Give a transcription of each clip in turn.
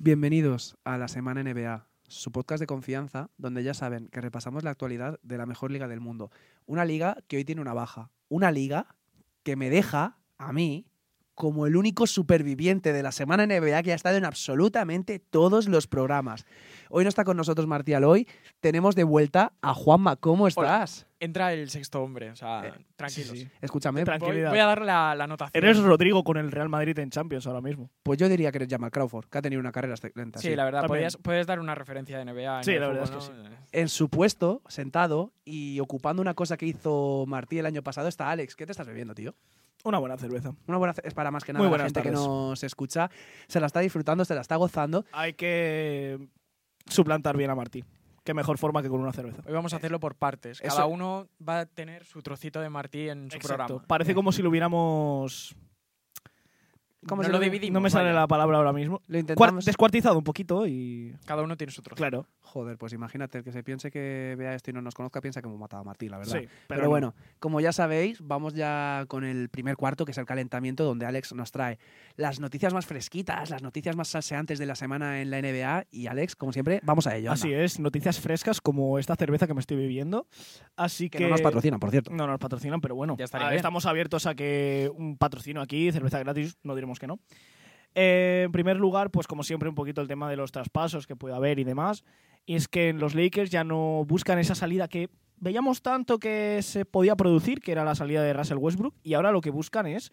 Bienvenidos a la Semana NBA, su podcast de confianza, donde ya saben que repasamos la actualidad de la mejor liga del mundo. Una liga que hoy tiene una baja. Una liga que me deja, a mí, como el único superviviente de la Semana NBA que ha estado en absolutamente todos los programas. Hoy no está con nosotros Martí Aloy, tenemos de vuelta a Juanma. ¿Cómo estás? Hola. Entra el sexto hombre, o sea, tranquilos. Sí. Escúchame, Tranquilidad. Voy a dar la anotación. Eres Rodrigo con el Real Madrid en Champions ahora mismo. pues yo diría que eres Jamal Crawford, que ha tenido una carrera excelente. Sí, la verdad, También. puedes dar una referencia de NBA. Sí, en el la verdad fútbol, es ¿no? En su puesto, sentado y ocupando una cosa que hizo Martí el año pasado, está Alex. ¿Qué te estás bebiendo, tío? Una buena cerveza. Una buena es para más que nada Muy la buenas gente que tardes. nos escucha. Se la está disfrutando, se la está gozando. Hay que suplantar bien a Martí. Qué mejor forma que con una cerveza. Hoy vamos a hacerlo por partes. Eso- Cada uno va a tener su trocito de Martí en su Exacto. programa. Parece como si lo hubiéramos... ¿Cómo No se lo ve? dividimos. No me sale vaya. la palabra ahora mismo. Lo intentamos. Descuartizado un poquito y... Cada uno tiene su trozo. Claro. Joder, pues imagínate, el que se piense que vea esto y no nos conozca piensa que hemos matado a Martí, la verdad. Sí, Pero no. bueno, como ya sabéis, vamos ya con el primer cuarto, que es el calentamiento, donde Alex nos trae las noticias más fresquitas, las noticias más salseantes de la semana en la NBA. Y Alex, como siempre, vamos a ello. Así es, noticias frescas como esta cerveza que me estoy bebiendo. Así Que que... no nos patrocinan, por cierto. No nos patrocinan, pero bueno, Ya estaría bien. estamos abiertos a que un patrocino aquí, cerveza gratis, no diremos que no. En primer lugar, pues como siempre, un poquito el tema de los traspasos que puede haber y demás. Y es que en los Lakers ya no buscan esa salida que veíamos tanto que se podía producir, que era la salida de Russell Westbrook, y ahora lo que buscan es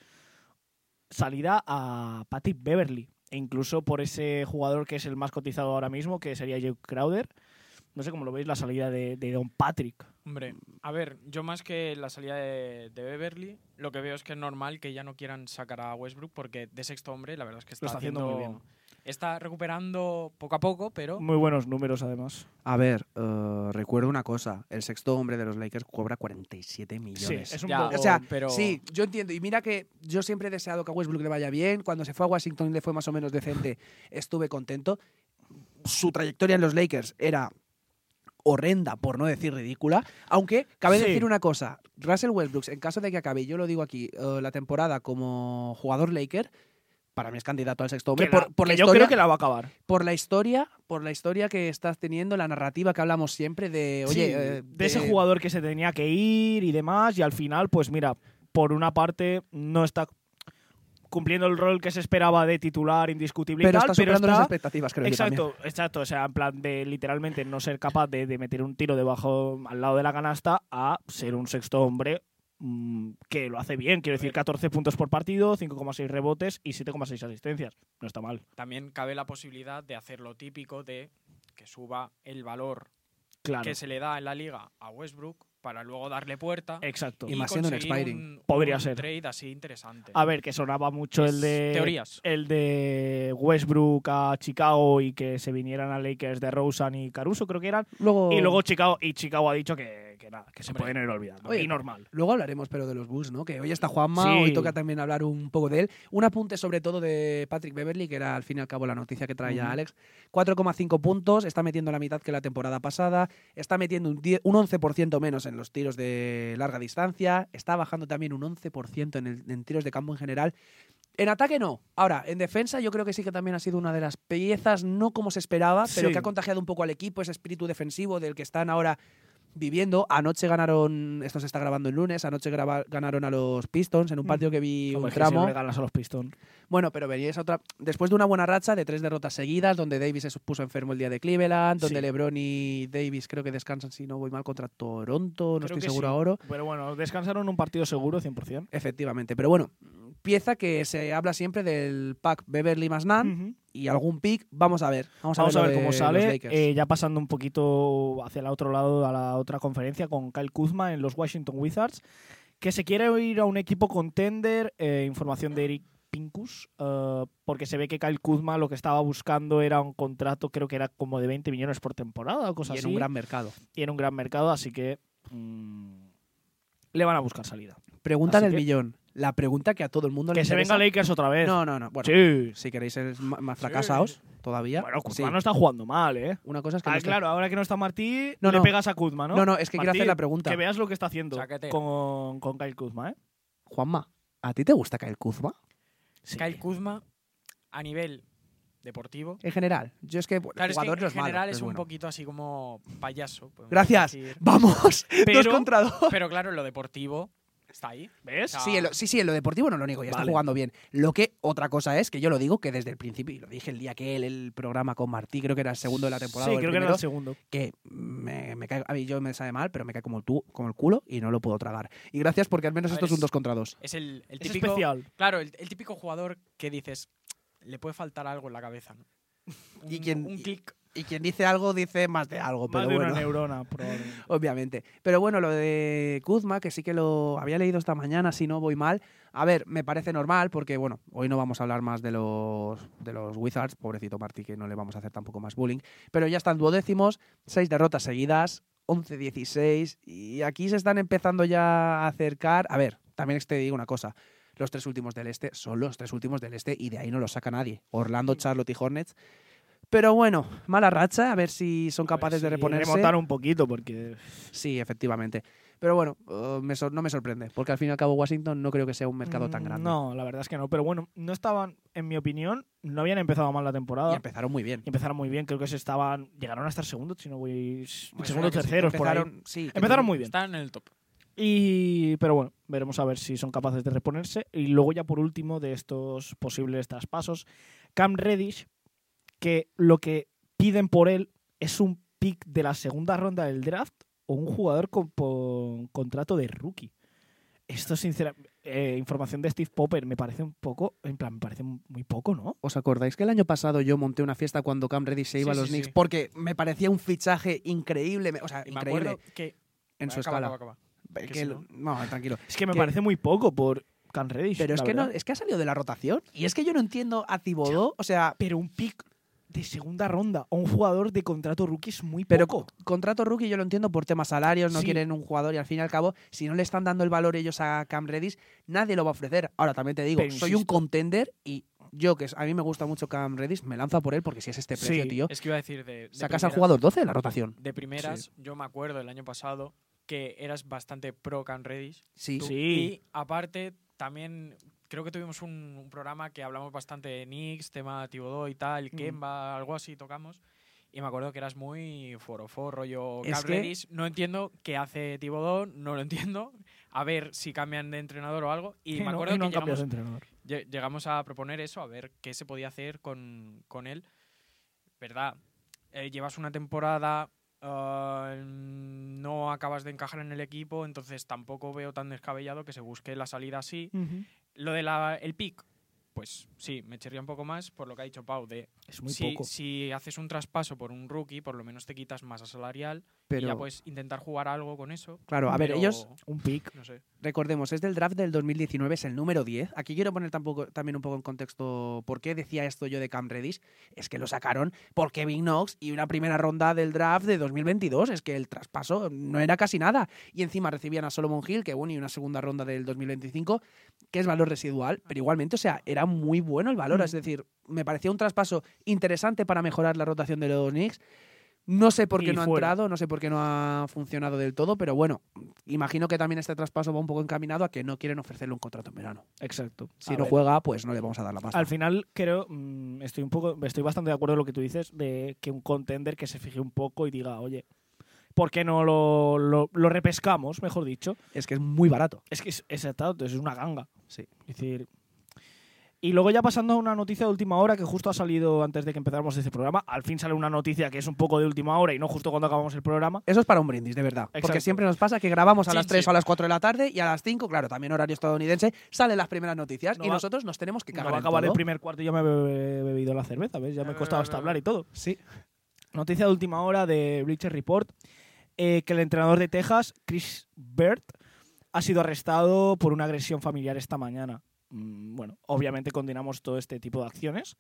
salida a Patrick Beverley. E incluso por ese jugador que es el más cotizado ahora mismo, que sería Jake Crowder. No sé cómo lo veis, la salida de Don Patrick. Hombre, a ver, yo más que la salida de Beverly, lo que veo es que es normal que ya no quieran sacar a Westbrook porque de sexto hombre la verdad es que Lo está haciendo muy bien. Está recuperando poco a poco, pero Muy buenos números, además. A ver, recuerdo una cosa. El sexto hombre de los Lakers cobra 47 millones. Sí, es un Ya, poco... O sea, pero sí, yo entiendo. Y mira que yo siempre he deseado que a Westbrook le vaya bien. Cuando se fue a Washington y le fue más o menos decente, estuve contento. Su trayectoria en los Lakers era horrenda, por no decir ridícula. Aunque cabe Sí. decir una cosa. Russell Westbrook, en caso de que acabe, yo lo digo aquí, la temporada como jugador Laker, para mí es candidato al sexto hombre. que la- por la que yo historia, creo que la va a acabar. por la historia que estás teniendo, la narrativa que hablamos siempre de, oye, Sí, de ese jugador que se tenía que ir y demás, y al final, pues mira, por una parte no está cumpliendo el rol que se esperaba de titular indiscutible pero y tal, está superando las está... expectativas, creo yo también. Exacto, o sea, en plan de literalmente no ser capaz de meter un tiro debajo, al lado de la canasta, a ser un sexto hombre que lo hace bien. Quiero decir, 14 puntos por partido, 5,6 rebotes y 7,6 asistencias. No está mal. también cabe la posibilidad de hacer lo típico de que suba el valor Claro. que se le da en la liga a Westbrook para luego darle puerta Exacto. Y más siendo un conseguir expiring. Podría un ser. trade así interesante. A ver, que sonaba mucho el de... Teorías. El de Westbrook a Chicago y que se vinieran a Lakers de Rosen y Caruso, creo que eran. Luego, Y luego Chicago ha dicho que nada, que se Hombre. pueden ir olvidando. Oye, y normal. luego hablaremos, pero de los Bulls, ¿no? Que hoy está Juanma, Sí. hoy toca también hablar un poco de él. Un apunte sobre todo de Patrick Beverley, que era al fin y al cabo la noticia que traía Ujú. Alex. 4,5 puntos, está metiendo la mitad que la temporada pasada, está metiendo un 11% menos en los tiros de larga distancia, está bajando también un 11% en tiros de campo en general. En ataque no. Ahora, en defensa yo creo que sí que también ha sido una de las piezas, no como se esperaba, pero Sí. que ha contagiado un poco al equipo, ese espíritu defensivo del que están ahora viviendo. Anoche ganaron, esto se está grabando el lunes, anoche ganaron a los Pistons en un partido que vi Hombre, un es que tramo. siempre ganas a los Pistons. Bueno, pero veníais a otra. Después de una buena racha de 3 derrotas seguidas, donde Davis se puso enfermo el día de Cleveland, donde Sí. LeBron y Davis creo que descansan, si no voy mal, contra Toronto, no Creo estoy que seguro sí. ahora. Pero bueno, descansaron un partido seguro, 100%. Efectivamente, pero bueno, pieza que se habla siempre del pack Beverly más Nunn Ujú. y algún pick. Vamos a ver. Vamos Vamos a lo ver de cómo los sale. Lakers. Ya pasando un poquito hacia el otro lado, a la otra conferencia, con Kyle Kuzma en los Washington Wizards, que se quiere ir a un equipo contender. Información de Eric Pincus, porque se ve que Kyle Kuzma lo que estaba buscando era un contrato, creo que era como de 20 millones por temporada o cosas Y en así. un gran mercado. Y en un gran mercado, así que le van a buscar salida. Pregunta Así del que- millón. La pregunta que a todo el mundo le Que se interesa. venga Lakers otra vez. No. Bueno, Sí. si queréis ser más fracasados todavía. Bueno, sí. Kuzma no está jugando mal, ¿eh? Una cosa es que Ah, no está- claro, ahora que no está Martí, No, le no. pegas a Kuzma, ¿no? No, es que quiero Martí, hacer la pregunta. Que veas lo que está haciendo Chaquetero. con Kyle Kuzma, ¿eh? Juanma, ¿a ti te gusta Kyle Kuzma? Sí. Kyle Kuzma, a nivel deportivo. En general. Yo es que el Claro, es que jugador no en es malo. general pero es un bueno. poquito así como payaso. podemos Gracias. decir. ¡Vamos! Pero- 2 contra 2. Pero claro, en lo deportivo está ahí. ¿Ves? O sea, Sí, en lo deportivo no lo niego, ya está Vale. jugando bien. Lo que otra cosa es que yo lo digo que desde el principio, y lo dije el día que el programa con Martí, creo que era el segundo de la temporada, Sí, o el creo que era primero, el segundo. que me cae, a mí yo me sabe mal, pero me cae como el culo y no lo puedo tragar. Y gracias porque al menos A esto ver, es un 2 contra 2. es el Es típico. especial. Claro, el típico jugador que dices, le puede faltar algo en la cabeza, ¿no? Y quien- un clic. Y quien dice algo, dice más de algo, Más pero de bueno. una neurona, probablemente. Obviamente. Pero bueno, lo de Kuzma, que sí que lo había leído esta mañana, si no voy mal. A ver, me parece normal porque, bueno, hoy no vamos a hablar más de los Wizards, pobrecito Martí, que no le vamos a hacer tampoco más bullying. Pero ya están duodécimos, 6 derrotas seguidas, 11-16, y aquí se están empezando ya a acercar. A ver, también te digo una cosa. Los 3 últimos del este son los 3 últimos del este y de ahí no los saca nadie. Orlando, Charlotte y Hornets. Pero bueno, mala racha, a ver si son capaces de reponerse. Remontar un poquito porque... Sí, efectivamente. Pero bueno, no me sorprende, porque al fin y al cabo Washington no creo que sea un mercado tan grande. No, la verdad es que no. Pero bueno, no estaban, en mi opinión, no habían empezado mal la temporada. Y empezaron muy bien. Y empezaron muy bien, creo que llegaron a estar segundos, si no voy... Me segundos, suena que sí. terceros, por ahí. Sí, que Empezaron muy bien. Están en el top. Pero bueno, veremos a ver si son capaces de reponerse. Y luego ya por último de estos posibles traspasos, Cam Reddish, que lo que piden por él es un pick de la segunda ronda del draft o un jugador con contrato de rookie. Esto, sinceramente, información de Steve Popper me parece un poco, en plan, me parece muy poco, ¿no? ¿Os acordáis que el año pasado yo monté una fiesta cuando Cam Reddish se iba Sí, a los sí, Knicks? sí. Porque me parecía un fichaje increíble, o sea, Y me increíble acuerdo que... en su Acaba, escala. acaba. Que que si no, tranquilo. Es que me Que- parece muy poco por Cam Reddish. Pero es la que no, verdad. es que ha salido de la rotación y es que yo no entiendo a Thibodeau, o sea, Pero un pick de segunda ronda o un jugador de contrato rookie es muy pero poco. contrato rookie yo lo entiendo por temas salarios, no Sí. quieren un jugador y al fin y al cabo, si no le están dando el valor ellos a Cam Reddish, nadie lo va a ofrecer. Ahora también te digo, Pero soy un insisto- contender y yo, a mí me gusta mucho Cam Reddish, me lanzo a por él porque si es este precio, Sí, tío, Es que iba a decir de sacas al primeras- jugador 12 de la rotación. De primeras, yo me acuerdo el año pasado que eras bastante pro Cam Reddish. Sí. Tú. Sí. Y aparte, también creo que tuvimos un programa que hablamos bastante de Knicks, tema Thibodeau y tal, Kemba, algo así tocamos. Y me acuerdo que eras muy forofo, rollo Es Cam que- Reddish. No entiendo qué hace Thibodeau, no lo entiendo. A ver si cambian de entrenador o algo. Y Sí, me no, acuerdo y no que han cambiado de llegamos, entrenador. llegamos a proponer eso, a ver qué se podía hacer con él. ¿Verdad? Llevas una temporada, no acabas de encajar en el equipo, entonces tampoco veo tan descabellado que se busque la salida así. Lo de el pick, pues sí, me echaría un poco más por lo que ha dicho Pau, de Es muy si, poco. si haces un traspaso por un rookie, por lo menos te quitas masa salarial Pero, y ya puedes intentar jugar algo con eso. claro, a ver, pero, ellos, Un pick. No sé. recordemos, es del draft del 2019, es el número 10. Aquí quiero poner también un poco en contexto por qué decía esto yo de Cam Reddish. Es que lo sacaron por Kevin Knox y una primera ronda del draft de 2022. Es que el traspaso no era casi nada. Y encima recibían a Solomon Hill, que bueno, y una segunda ronda del 2025, que es valor residual, pero igualmente, o sea, era muy bueno el valor. Es decir, me parecía un traspaso interesante para mejorar la rotación de los Knicks. No sé por qué Y no ha fuera. entrado, no sé por qué no ha funcionado del todo, pero bueno, imagino que también este traspaso va un poco encaminado a que no quieren ofrecerle un contrato en verano. Exacto. Si A no ver, juega, pues no le vamos a dar la pasta. Al final creo, estoy bastante de acuerdo en lo que tú dices, de que un contender que se fije un poco y diga, oye, ¿por qué no lo repescamos, mejor dicho? Es que es muy barato. Es que es exacto, es una ganga. Sí. Es decir, y luego ya pasando a una noticia de última hora que justo ha salido antes de que empezáramos este programa. Al fin sale una noticia que es un poco de última hora y no justo cuando acabamos el programa. Eso es para un brindis, de verdad. Porque Exacto. siempre nos pasa que grabamos a Sí, las 3 sí. o a las 4 de la tarde y a las 5, claro, también horario estadounidense, salen las primeras noticias No y va- nosotros nos tenemos que No cagar va a en acabar el todo. primer cuarto y ya me he bebido la cerveza, ¿ves? Ya me costaba hasta hablar y todo. Sí. Noticia de última hora de Bleacher Report, que el entrenador de Texas, Chris Bird, ha sido arrestado por una agresión familiar esta mañana. Bueno, obviamente condenamos todo este tipo de acciones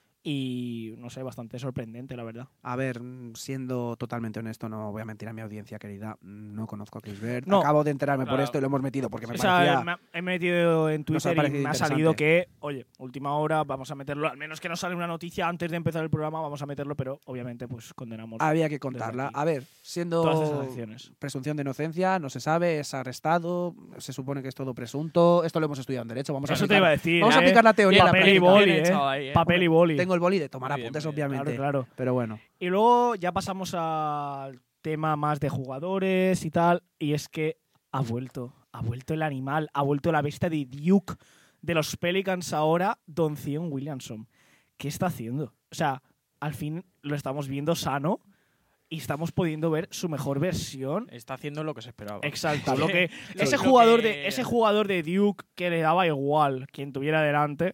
y, no sé, bastante sorprendente, la verdad. A ver, siendo totalmente honesto, no voy a mentir a mi audiencia querida, no conozco a Chris Bird. No. Acabo de enterarme por Claro. esto y lo hemos metido porque me O parecía... sea, he metido en Nos ha Twitter y parecido me ha salido interesante. que, oye, última hora, vamos a meterlo, al menos que nos sale una noticia antes de empezar el programa, vamos a meterlo, pero obviamente pues condenamos Había que contarla. aquí. A ver, siendo todas esas acciones. presunción de inocencia, no se sabe, es arrestado, se supone que es todo presunto. Esto lo hemos estudiado en Derecho. Vamos a Eso te aplicar- iba a decir. Vamos a aplicar la teoría y la Papel y práctica. boli, Bien echado ahí, Papel y boli. Tengo tengo el boli de tomar Muy bien, apuntes, muy bien. obviamente. Claro. Pero bueno. Y luego ya pasamos al tema más de jugadores y tal, y es que ha vuelto el animal, ha vuelto la bestia de Duke de los Pelicans ahora, Don Zion Williamson. ¿Qué está haciendo? O sea, al fin lo estamos viendo sano y estamos pudiendo ver su mejor versión. Está haciendo lo que se esperaba. Exacto. Lo Ese que- jugador de Duke que le daba igual quien tuviera delante.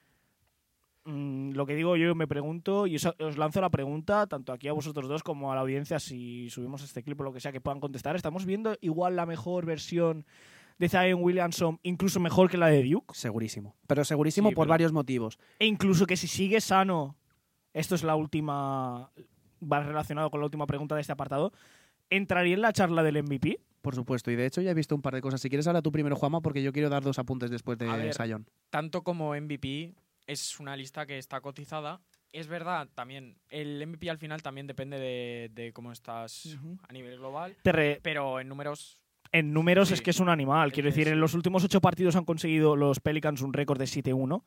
Lo que digo yo me pregunto, y os lanzo la pregunta, tanto aquí a vosotros dos como a la audiencia, si subimos este clip o lo que sea, que puedan contestar. ¿Estamos viendo igual la mejor versión de Zion Williamson, incluso mejor que la de Duke? Segurísimo. Pero segurísimo Sí, por pero- varios motivos. E incluso que si sigue sano, esto es la última, va relacionado con la última pregunta de este apartado, ¿entraría en la charla del MVP? Por supuesto. Y de hecho ya he visto un par de cosas. Si quieres habla tú primero, Juanma, porque yo quiero dar 2 apuntes después A de ver. Zion. Tanto como MVP es una lista que está cotizada. Es verdad, también el MVP al final también depende de cómo estás a nivel global, pero en números En números Sí. es que es un animal. Es Quiero que decir, en sí. los últimos 8 partidos han conseguido los Pelicans un récord de 7-1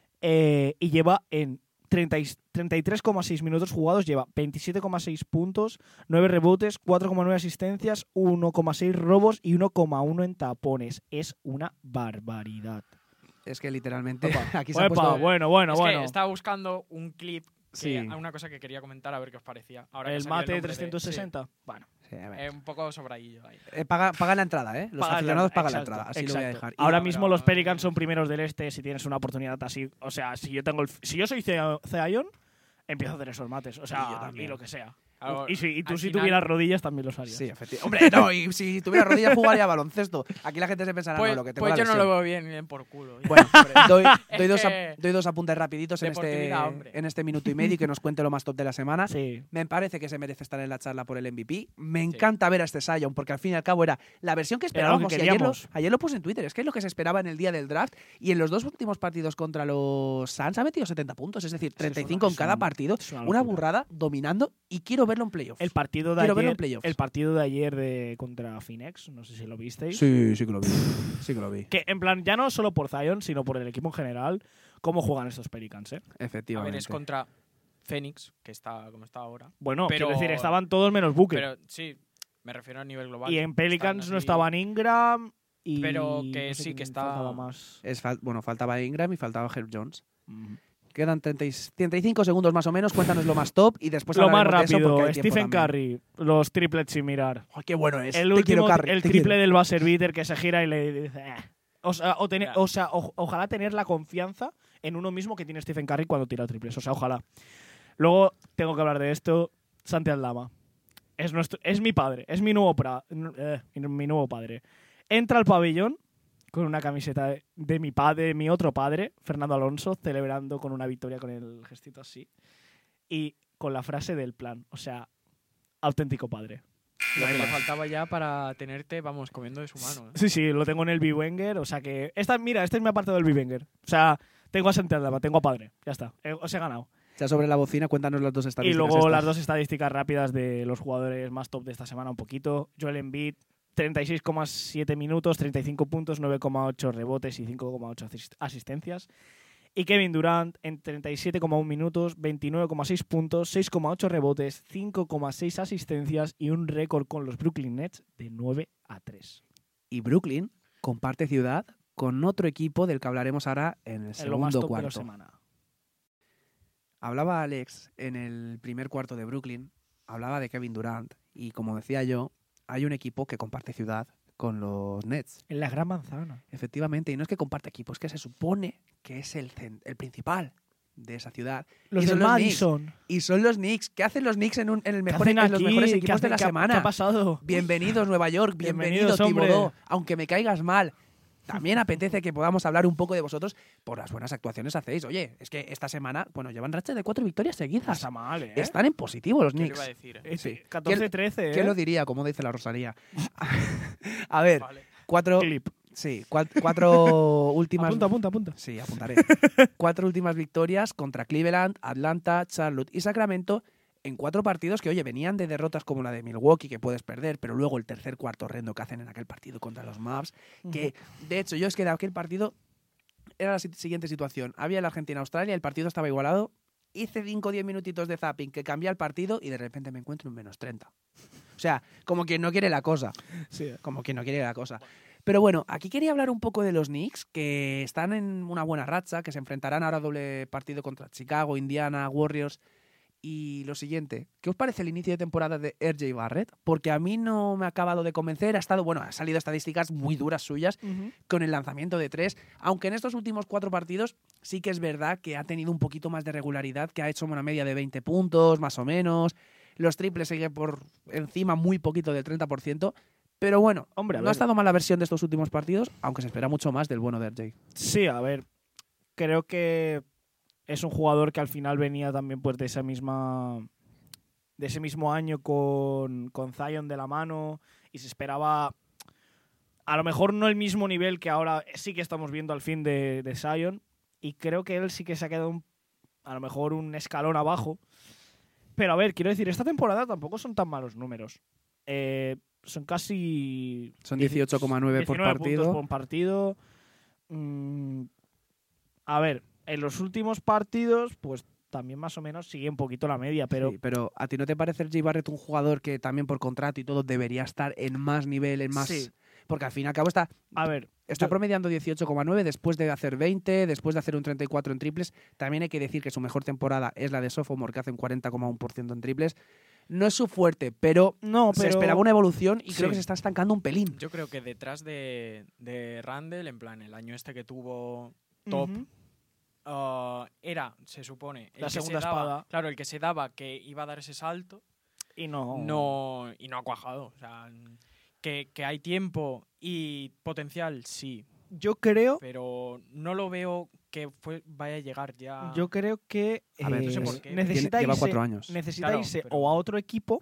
y lleva en 33,6 minutos jugados, lleva 27,6 puntos, 9 rebotes, 4,9 asistencias, 1,6 robos y 1,1 en tapones. Es una barbaridad. Es que literalmente Opa. aquí se ha Epa, puesto... bueno. es que estaba buscando un clip, Sí. una cosa que quería comentar a ver qué os parecía. Ahora que El salió mate nombre 360. Bueno. Sí, a ver. un poco sobradillo ahí. Paga la entrada, ¿eh? Los Pagan aficionados la- pagan la exacto, entrada. Así lo voy a exacto. dejar. Y Ahora no, mismo pero- los Pelicans son primeros del este. Si tienes una oportunidad así, o sea, si yo soy Zion, empiezo a hacer esos mates, o Y yo sea, también. y lo que sea. Ahora, Y tú al si final- tuvieras rodillas también los harías. Sí, efectivamente. Hombre, no, y si tuviera rodillas jugaría baloncesto. Aquí la gente se pensará, Pues, no, lo que tengo pues la yo no lesión. lo veo bien por culo. Bueno, doy, Es dos, que- doy 2 apuntes rapiditos Deportividad, hombre. en este minuto y medio y que nos cuente lo más top de la semana. Sí. Me parece que se merece estar en la charla por el MVP. Me encanta ver a este Zion porque al fin y al cabo era la versión que Era lo que esperábamos. Y queríamos. ayer lo puse en Twitter. Es que es lo que se esperaba en el día del draft. Y en los 2 últimos partidos contra los Suns ha metido 70 puntos. Es decir, 35 en cada partido. es una Una locura. burrada dominando y quiero verlo en playoffs. El partido de Quiero verlo en ayer, playoffs. contra Phoenix, no sé si lo visteis. Sí, sí que lo vi. Sí que lo vi. Que en plan, ya no solo por Zion, sino por el equipo en general, cómo juegan estos Pelicans, ¿eh? A Efectivamente. ver, es contra Phoenix, que está como está ahora. Bueno, Pero- quiero decir, estaban todos menos Booker. Pero sí, me refiero a nivel global. Y en Pelicans Están no así- estaban Ingram y... Pero que no sé sí, que quién está- faltaba más. Bueno, faltaba Ingram y faltaba Herb Jones. Mm. Quedan 35 segundos más o menos. Cuéntanos lo más top y después Lo más hablaremos de eso rápido, porque hay tiempo Stephen también. Curry, los triplets sin mirar. Ay, qué bueno es. El Te quiero, último, Curry, el te triple quiero. del buzzer beater que se gira y le dice... O sea, ojalá tener la confianza en uno mismo que tiene Stephen Curry cuando tira triples. O sea, ojalá. Luego tengo que hablar de esto. Santi Aldama. Es mi padre. Es mi nuevo, mi nuevo padre. Entra al pabellón con una camiseta de mi padre, mi otro padre, Fernando Alonso, celebrando con una victoria con el gestito así. Y con la frase del plan. O sea, auténtico padre. Lo que le faltaba ya para tenerte, vamos, comiendo de su mano. ¿eh? Sí, sí, lo tengo en el B-Wenger. O sea que. Mira, este es mi apartado del B-Wenger. O sea, tengo a Santi Aldama, tengo a padre. Ya está. Os he ganado. Ya sobre la bocina, cuéntanos las 2 Y estadísticas. luego estas. las 2 estadísticas rápidas de los jugadores más top de esta semana un poquito. Joel Embiid, 36,7 minutos, 35 puntos, 9,8 rebotes y 5,8 asistencias. Y Kevin Durant en 37,1 minutos, 29,6 puntos, 6,8 rebotes, 5,6 asistencias y un récord con los Brooklyn Nets de 9-3. Y Brooklyn comparte ciudad con otro equipo del que hablaremos ahora en el En lo más segundo top de la cuarto. semana. Hablaba Alex en el primer cuarto de Brooklyn, hablaba de Kevin Durant y como decía yo, hay un equipo que comparte ciudad con los Nets. En la Gran Manzana. Efectivamente, y no es que comparte equipo, es que se supone que es el principal de esa ciudad. Los Y de son los Madison. Y son los Knicks. ¿Qué hacen los Knicks en los ¿Qué mejores hacen equipos de la ¿Qué semana? ha pasado? Bienvenidos Nueva York, bienvenido Bienvenidos, hombre. Thibodeau, aunque me caigas mal. También apetece que podamos hablar un poco de vosotros por las buenas actuaciones hacéis. Oye, es que esta semana, bueno, llevan racha de 4 victorias No seguidas. está mal, ¿eh? Están en positivo los ¿Qué le iba a Knicks. decir? Sí. 14-13, ¿eh? ¿Quién lo diría? Como dice la Rosalía. A ver, Vale. cuatro últimas... Apunta. Sí, apuntaré. 4 últimas victorias contra Cleveland, Atlanta, Charlotte y Sacramento en 4 partidos que, oye, venían de derrotas como la de Milwaukee, que puedes perder, pero luego el tercer cuarto horrendo que hacen en aquel partido contra los Mavs, que, de hecho, yo es que de aquel partido era la siguiente situación. Había la Argentina-Australia, el partido estaba igualado hice 5 o 10 minutitos de zapping que cambia el partido y de repente me encuentro un menos 30. O sea, como quien no quiere la cosa. Sí. Como quien no quiere la cosa. Pero bueno, aquí quería hablar un poco de los Knicks, que están en una buena racha, que se enfrentarán ahora a doble partido contra Chicago, Indiana, Warriors. Y lo siguiente, ¿qué os parece el inicio de temporada de RJ Barrett? Porque a mí no me ha acabado de convencer. Ha salido estadísticas muy duras suyas con el lanzamiento de 3. Aunque en estos últimos 4 partidos sí que es verdad que ha tenido un poquito más de regularidad, que ha hecho una media de 20 puntos, más o menos. Los triples sigue por encima muy poquito del 30%. Pero bueno, Hombre, no ha estado mal la versión de estos últimos partidos, aunque se espera mucho más del bueno de RJ. Sí, a ver, creo que es un jugador que al final venía también pues de ese mismo año con Zion de la mano y se esperaba a lo mejor no el mismo nivel que ahora sí que estamos viendo al fin de Zion, y creo que él sí que se ha quedado a lo mejor un escalón abajo. Pero a ver, quiero decir, esta temporada tampoco son tan malos números. Son casi... Son 18,9 por partido. Puntos por partido. A ver, en los últimos partidos, pues también más o menos sigue un poquito la media, pero... Sí, pero ¿a ti no te parece RJ Barrett un jugador que también por contrato y todo debería estar en más nivel, en más...? Sí. Porque al fin y al cabo está promediando 18,9 después de hacer 20, después de hacer un 34 en triples. También hay que decir que su mejor temporada es la de sophomore, que hace un 40,1% en triples. No es su fuerte, pero se esperaba una evolución y creo que se está estancando un pelín. Yo creo que detrás de Randle, en plan, el año este que tuvo top, era, se supone, la segunda espada. Claro, el que se daba que iba a dar ese salto y no ha cuajado. O sea, que hay tiempo y potencial, sí. Yo creo... Pero no lo veo que vaya a llegar ya... Yo creo que a ver, no sé por qué. Lleva 4 años. Necesita irse o a otro equipo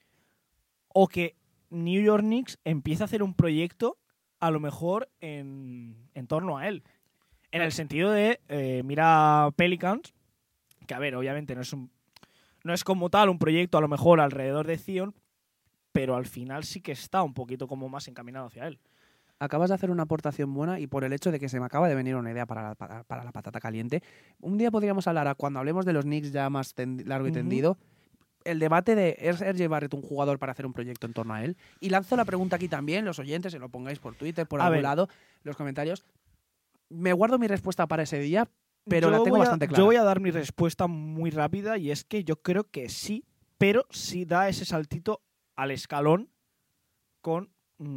o que New York Knicks empiece a hacer un proyecto a lo mejor en torno a él. En el sentido de, mira Pelicans, que a ver, obviamente no es como tal un proyecto a lo mejor alrededor de Zion, pero al final sí que está un poquito como más encaminado hacia él. Acabas de hacer una aportación buena y por el hecho de que se me acaba de venir una idea para la patata caliente. Un día podríamos hablar, cuando hablemos de los Knicks ya más largo y tendido, el debate de ¿es RJ Barrett un jugador para hacer un proyecto en torno a él? Y lanzo la pregunta aquí también, los oyentes, se lo pongáis por Twitter, por algún lado, los comentarios. Me guardo mi respuesta para ese día, pero la tengo bastante clara. Yo voy a dar mi respuesta muy rápida y es que yo creo que sí, pero sí da ese saltito al escalón con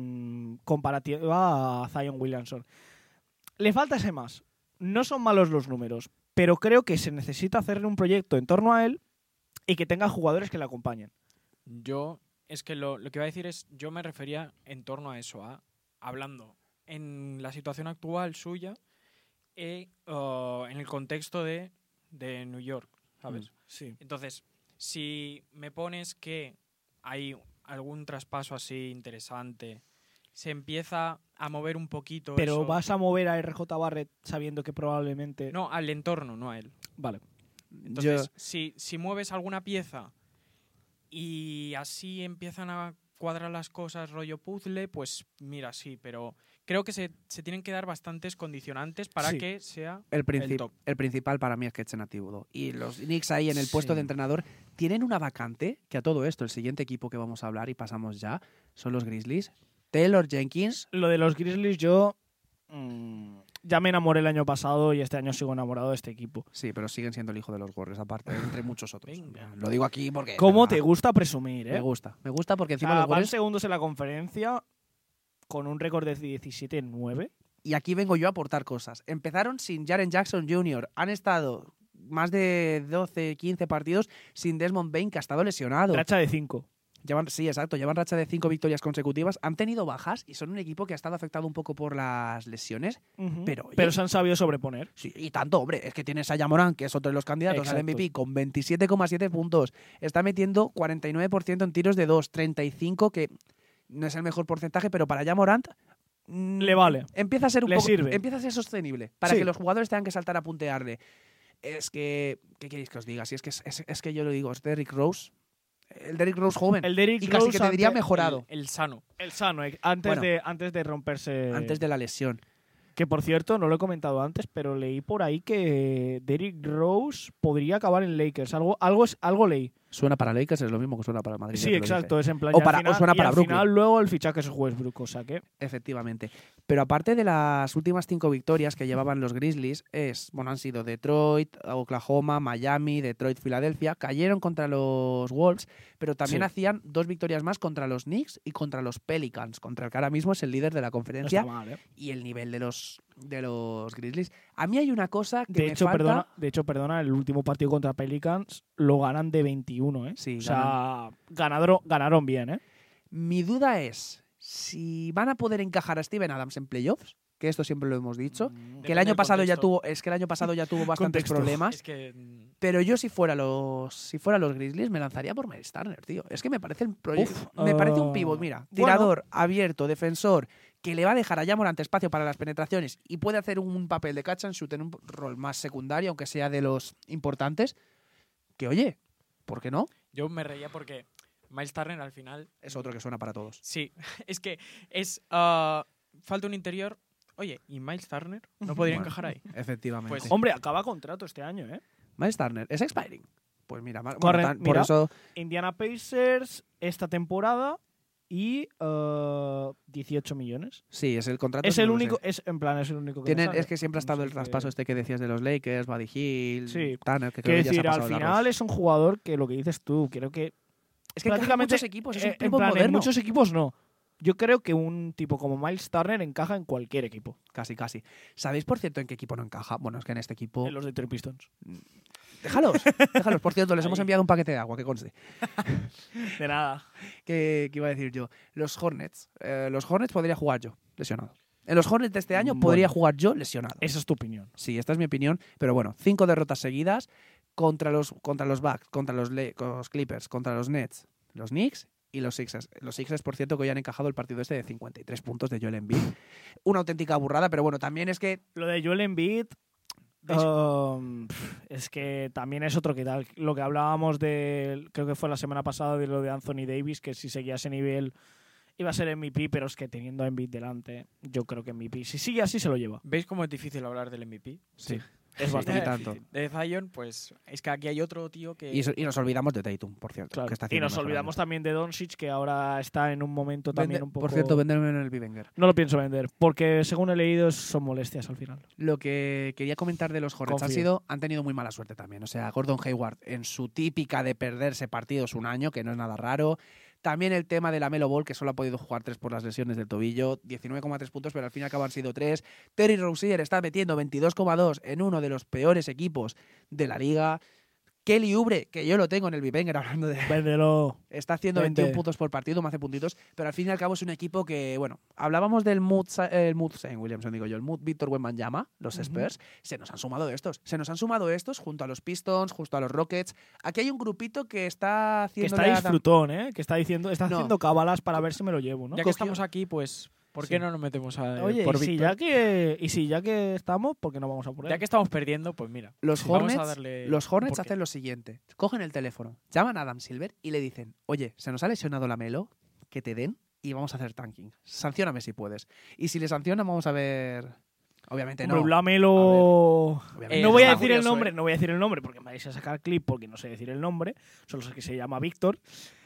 comparativa a Zion Williamson. Le falta ese más. No son malos los números, pero creo que se necesita hacerle un proyecto en torno a él y que tenga jugadores que le acompañen. Es que lo que iba a decir es, yo me refería en torno a eso, hablando en la situación actual suya en el contexto de New York, ¿sabes? Sí. Entonces, si me pones que hay algún traspaso así interesante, se empieza a mover un poquito. Pero eso. vas a mover a RJ Barrett sabiendo que probablemente... No, al entorno, no a él. Vale. Entonces, si mueves alguna pieza y así empiezan a cuadrar las cosas rollo puzzle, pues mira, sí, pero creo que se tienen que dar bastantes condicionantes para que sea el top. El principal para mí es que echen a Thibodeau. Y los Knicks ahí en el puesto de entrenador tienen una vacante, que a todo esto, el siguiente equipo que vamos a hablar y pasamos ya, son los Grizzlies. Taylor Jenkins. Lo de los Grizzlies yo ya me enamoré el año pasado y este año sigo enamorado de este equipo. Sí, pero siguen siendo el hijo de los Warriors, aparte, entre muchos otros. Lo digo aquí porque... ¿Cómo te gusta presumir, Me gusta porque encima los van Warriors... segundos en la conferencia con un récord de 17-9. Y aquí vengo yo a aportar cosas. Empezaron sin Jaren Jackson Jr. Han estado más de 12, 15 partidos sin Desmond Bane, que ha estado lesionado. Racha de 5. Sí, exacto. Llevan racha de 5 victorias consecutivas. Han tenido bajas y son un equipo que ha estado afectado un poco por las lesiones. Pero se han sabido sobreponer. Sí, y tanto, hombre. Es que tienes a Ja Morant, que es otro de los candidatos al MVP, con 27,7 puntos. Está metiendo 49% en tiros de 2, 35, que no es el mejor porcentaje, pero para Ja Morant le vale. Empieza a ser sirve. Empieza a ser sostenible para que los jugadores tengan que saltar a puntearle. Es que, ¿qué queréis que os diga? Si es que yo lo digo, es Derrick Rose. El Derrick Rose joven. El Derrick y Rose casi que te diría mejorado. El sano. El sano, antes de romperse. Antes de la lesión. Que por cierto, no lo he comentado antes, pero leí por ahí que Derrick Rose podría acabar en Lakers. Algo leí. Suena para Lakers, es lo mismo que suena para Madrid. Sí, ya te lo exacto, dije. es en plan. O y al para- o final, suena y para al Brooklyn. final luego el fichaje es Westbrook, o sea que. Efectivamente. Pero aparte de las últimas 5 victorias que llevaban los Grizzlies, han sido Detroit, Oklahoma, Miami, Detroit, Filadelfia. Cayeron contra los Wolves, pero también Sí. hacían 2 victorias más contra los Knicks y contra los Pelicans, contra el que ahora mismo es el líder de la No conferencia. está mal, ¿eh? Y el nivel de los Grizzlies. A mí hay una cosa que De me hecho, falta. perdona, el último partido contra Pelicans lo ganan de 21, ¿eh? Sí, o sea, ganaron bien, ¿eh? Mi duda es si van a poder encajar a Steven Adams en playoffs, que esto siempre lo hemos dicho. Que el Depende año del pasado ya contexto. tuvo bastantes Contexto. problemas. Es que Pero yo si fuera los Grizzlies me lanzaría por Miles Turner, tío. Es que me parece me parece un pivot, mira, tirador, abierto, defensor, que le va a dejar a Ja Morant espacio para las penetraciones y puede hacer un papel de catch and shoot en un rol más secundario, aunque sea de los importantes. Que oye, ¿por qué no? yo me reía porque Miles Turner al final Es otro que suena para todos. sí, es que es falta un interior. Oye, ¿y Miles Turner no podría Bueno. encajar ahí? Efectivamente. Pues- Hombre, acaba contrato este año, ¿eh? Miles Turner es expiring. Pues mira, por Mira. eso Indiana Pacers esta temporada y 18 millones. sí, es el contrato. Es no el lo único, sé. es en plan, es el único que Tienen, me sale. es que siempre ha estado No el sé traspaso qué- este que decías de los Lakers, Buddy Hill, Sí. Turner, que creo Quiero que ya se decir, ha al pasado de final arroz. es un jugador que lo que dices tú, creo que Es que encaja en prácticamente muchos equipos, es un en pivot plan, en moderno. muchos equipos no. Yo creo que un tipo como Miles Turner encaja en cualquier equipo. Casi, casi. ¿Sabéis, por cierto, en qué equipo no encaja? Bueno, es que en este equipo... En los Detroit Pistons. Déjalos. Por cierto, les hemos Ahí. enviado un paquete de agua, que conste. De nada. ¿Qué iba a decir yo? Los Hornets. Los Hornets podría jugar yo, lesionado. En los Hornets de este año Bueno. podría jugar yo, lesionado. Esa es tu opinión. Sí, esta es mi opinión. Pero bueno, 5 derrotas seguidas contra los Bucks, contra los Clippers, contra los Nets, los Knicks y los Sixers. Los Sixers, por cierto, que hoy han encajado el partido este de 53 puntos de Joel Embiid. Una auténtica burrada, pero bueno, también es que... Lo de Joel Embiid es que también es otro que tal. Lo que hablábamos creo que fue la semana pasada, de lo de Anthony Davis, que si seguía ese nivel iba a ser MVP, pero es que teniendo a Embiid delante, yo creo que MVP, si sigue así, se lo lleva. ¿Veis cómo es difícil hablar del MVP? Sí. Es Sí, bastante y tanto. difícil. De Zion, pues es que aquí hay otro tío que... Y nos olvidamos de Tatum, por cierto. Claro. Que está Y haciendo nos mejor olvidamos año. también de Doncic, que ahora está en un momento también un poco... Por cierto, venderme en el Bivenger. No lo pienso vender, porque según he leído son molestias al final. Lo que quería comentar de los Hornets Confío. han tenido muy mala suerte también. O sea, Gordon Hayward en su típica de perderse partidos un año, que no es nada raro. También el tema de la Melo Ball, que solo ha podido jugar 3 por las lesiones del tobillo. 19,3 puntos, pero al fin y al cabo han sido 3. Terry Rozier está metiendo 22,2 en uno de los peores equipos de la liga. Kelly Oubre, que yo lo tengo en el Bivenger hablando de... Véndelo. Está haciendo Vente. 21 puntos por partido, me hace puntitos, pero al fin y al cabo es un equipo que, bueno, hablábamos del Mood Saint Williamson, digo yo, el Mood Víctor Wembanyama, los Ujú. Spurs, se nos han sumado estos. Se nos han sumado estos junto a los Pistons, junto a los Rockets. Aquí hay un grupito que está Que haciendo... está disfrutón, ¿eh? Que está No. haciendo cábalas para ver si me lo llevo, ¿no? Ya que estamos aquí, pues, ¿por qué Sí. no nos metemos a Oye, por y si, Víctor? ya que estamos, ¿por qué no vamos a por él? Ya que estamos perdiendo, pues mira. Los vamos Hornets, a darle los un Hornets porqué. hacen lo siguiente. Cogen el teléfono, llaman a Adam Silver y le dicen, oye, se nos ha lesionado la Melo, que te den y vamos a hacer tanking. Sancióname si puedes. Y si le sancionan, vamos a ver... Obviamente Hombre, no. un Lamelo... Obviamente no voy a está decir el curioso, nombre, no voy a decir el nombre porque me vais a sacar clip porque no sé decir el nombre. Solo sé que se llama Víctor.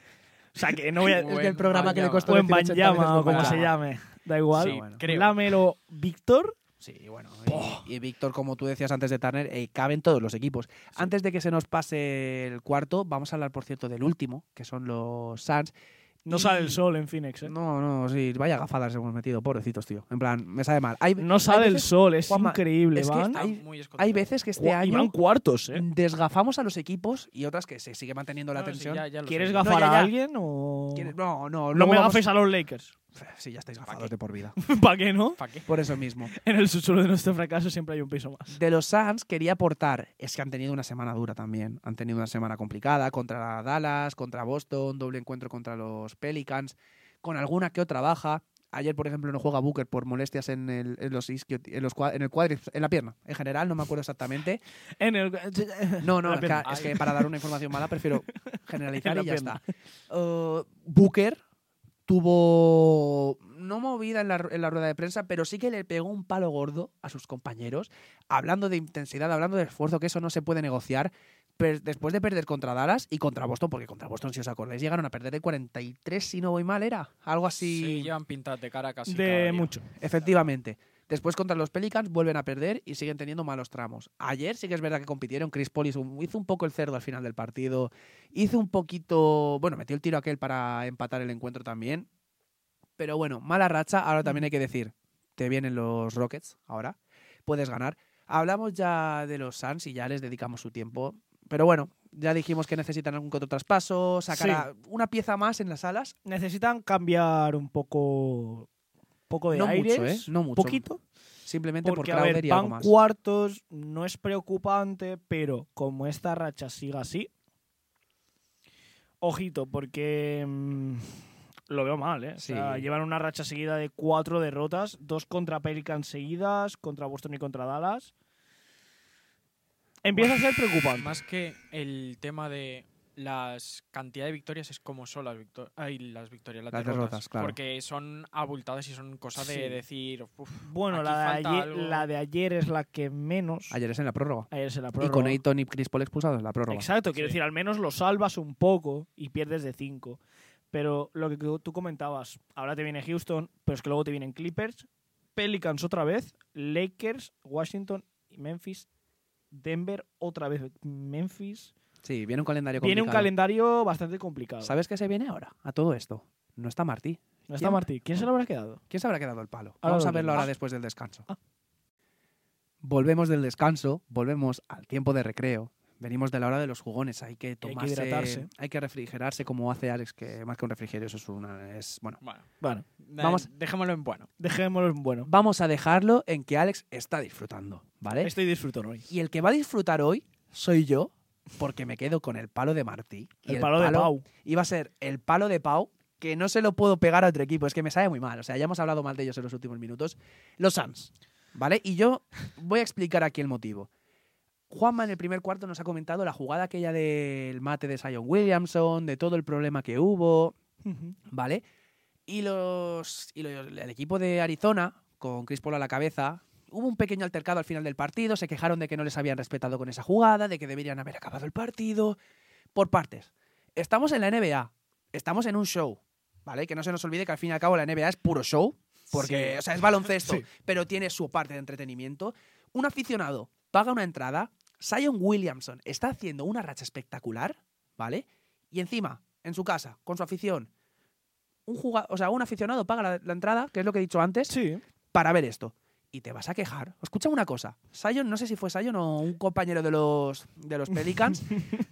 O sea que no voy a... Es que el programa que le costó O en decir 80 veces Banyama o como Wembanyama. se llame. Da igual. Sí, bueno. creo. Lamelo Víctor. Sí, bueno. Y Víctor, como tú decías antes de Turner, cabe en todos los equipos. Antes de que se nos pase el cuarto, vamos a hablar, por cierto, del último, que son los Suns. No Y- sale el sol en Phoenix, ¿eh? No, sí, vaya gafadas hemos metido, pobrecitos, tío. En plan, me sabe mal. No sale el veces- sol, es Juanma, increíble, es que van. está- Está hay- muy escondido. Hay veces que este Y año van cuartos, ¿eh? desgafamos a los equipos y otras que se sigue manteniendo la No, sí, tensión. ya lo ¿Quieres sé. gafar ya, a ya. alguien o...? No, No luego me vamos- gafes a los Lakers. Sí, ya estáis ¿Pa' gafados qué? de por vida. ¿Para qué no? ¿Para qué? Por eso mismo. En el subsuelo de nuestro fracaso siempre hay un piso más. De los Suns quería aportar, es que han tenido una semana dura también, han tenido una semana complicada contra Dallas, contra Boston, doble encuentro contra los Pelicans, con alguna que otra baja. Ayer, por ejemplo, no juega Booker por molestias en la pierna. En general, no me acuerdo exactamente. En el... No, La es que, pierna. es que para dar una información mala prefiero generalizar En la y ya pierna. está. Booker tuvo no movida en la rueda de prensa, pero sí que le pegó un palo gordo a sus compañeros, hablando de intensidad, hablando de esfuerzo, que eso no se puede negociar. Después de perder contra Dallas y contra Boston, porque contra Boston, si os acordáis, llegaron a perder de 43, si no voy mal, era algo así. Sí, llevan pintas de cara casi De cada día. mucho. Efectivamente. Después contra los Pelicans vuelven a perder y siguen teniendo malos tramos. Ayer sí que es verdad que compitieron. Chris Paul hizo un poco el cerdo al final del partido. Hizo un poquito... Bueno, metió el tiro aquel para empatar el encuentro también. Pero bueno, mala racha. Ahora también hay que decir, te vienen los Rockets ahora. Puedes ganar. Hablamos ya de los Suns y ya les dedicamos su tiempo. Pero bueno, ya dijimos que necesitan algún que otro traspaso, sacar una pieza más en las alas. Necesitan cambiar un poco de No aires. mucho, ¿eh? No mucho. Poquito. Simplemente por Porque, a Crowder ver, y algo van más. cuartos, no es preocupante, pero como esta racha siga así, ojito, porque lo veo mal, ¿eh? Sí. O sea, llevan una racha seguida de 4 derrotas, 2 contra Pelicans seguidas, contra Boston y contra Dallas. Empieza a ser preocupante. Más que el tema de las cantidad de victorias es como son las victorias, las derrotas, claro. Porque son abultadas y son cosas de Sí. decir, "Uf, Bueno, aquí la de, falta ayer, algo". la de ayer es la que menos. Ayer es en la prórroga. Ayer se la Y prórroga. con Ayton y Chris Paul expulsados en la prórroga. Exacto, quiero Sí. decir, al menos lo salvas un poco y pierdes de 5. Pero lo que tú comentabas, ahora te viene Houston, pero es que luego te vienen Clippers, Pelicans otra vez, Lakers, Washington y Memphis, Denver otra vez, Memphis. Sí, viene un calendario Viene un complicado. calendario bastante complicado. ¿Sabes qué se viene ahora? A todo esto. No está Martí. No está ¿Quién? Martí. ¿Quién se lo habrá quedado? ¿Quién se habrá quedado el palo? Ahora Vamos lo a verlo vemos. ahora después del descanso. Ah. Volvemos del descanso, volvemos al tiempo de recreo. Venimos de la hora de los jugones. Hay que Hay que tomarse, hidratarse. hay que refrigerarse, como hace Alex, que más que un refrigerio, eso es bueno. Bueno, Bueno, dejémoslo en bueno. dejémoslo en bueno. Vamos a dejarlo en que Alex está disfrutando, ¿vale? Estoy disfrutando hoy. Y el que va a disfrutar hoy soy yo, porque me quedo con el palo de Martí. Y El palo de Pau. Iba a ser el palo de Pau, que no se lo puedo pegar a otro equipo, es que me sabe muy mal. O sea, ya hemos hablado mal de ellos en los últimos minutos. Los Suns, ¿vale? Y yo voy a explicar aquí el motivo. Juanma en el primer cuarto nos ha comentado la jugada aquella del mate de Zion Williamson, de todo el problema que hubo, ¿vale? Y el equipo de Arizona, con Chris Paul a la cabeza, hubo un pequeño altercado al final del partido, se quejaron de que no les habían respetado con esa jugada, de que deberían haber acabado el partido. Por partes. Estamos en la NBA, estamos en un show, ¿vale? Que no se nos olvide que al fin y al cabo la NBA es puro show, porque Sí. o sea, es baloncesto, Sí. pero tiene su parte de entretenimiento. Un aficionado paga una entrada, Zion Williamson está haciendo una racha espectacular, ¿vale? Y encima, en su casa, con su afición, un aficionado paga la entrada, que es lo que he dicho antes, Sí. para ver esto. Y te vas a quejar. Escucha una cosa. Zion, no sé si fue Zion o un compañero de los Pelicans,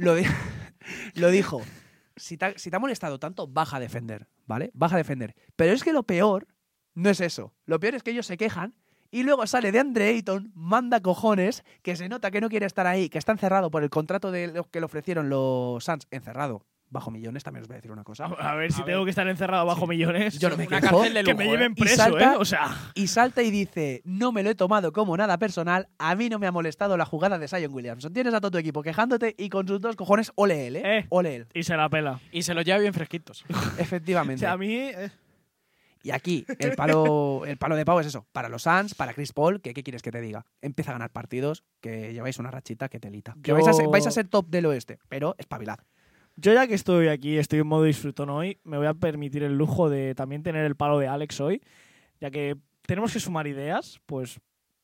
lo dijo. Si te ha molestado tanto, baja a defender, ¿vale? Baja a defender. Pero es que lo peor no es eso. Lo peor es que ellos se quejan y luego sale de Andre Ayton, manda cojones, que se nota que no quiere estar ahí, que está encerrado por el contrato de lo que le ofrecieron los Suns. Encerrado. Bajo millones, también os voy a decir una cosa. A ver si A tengo ver. que estar encerrado bajo millones. Yo no me Una quejo. cárcel de que lujo, me lleven Y preso, salta- ¿eh? O sea, Y salta y dice, no me lo he tomado como nada personal, a mí no me ha molestado la jugada de Zion Williamson. Tienes a todo tu equipo quejándote y con sus dos cojones, ole él, ¿eh? Ole él, y se la pela. Y se los lleva bien fresquitos. O efectivamente. sea, a mí... Y aquí, el palo de Pau es eso, para los Suns, para Chris Paul, que ¿qué quieres que te diga? Empieza a ganar partidos, que lleváis una rachita que telita. Que Yo- vais a ser top del oeste, pero espabilad. Yo ya que estoy aquí, estoy en modo disfrutón hoy, me voy a permitir el lujo de también tener el palo de Alex hoy, ya que tenemos que sumar ideas, pues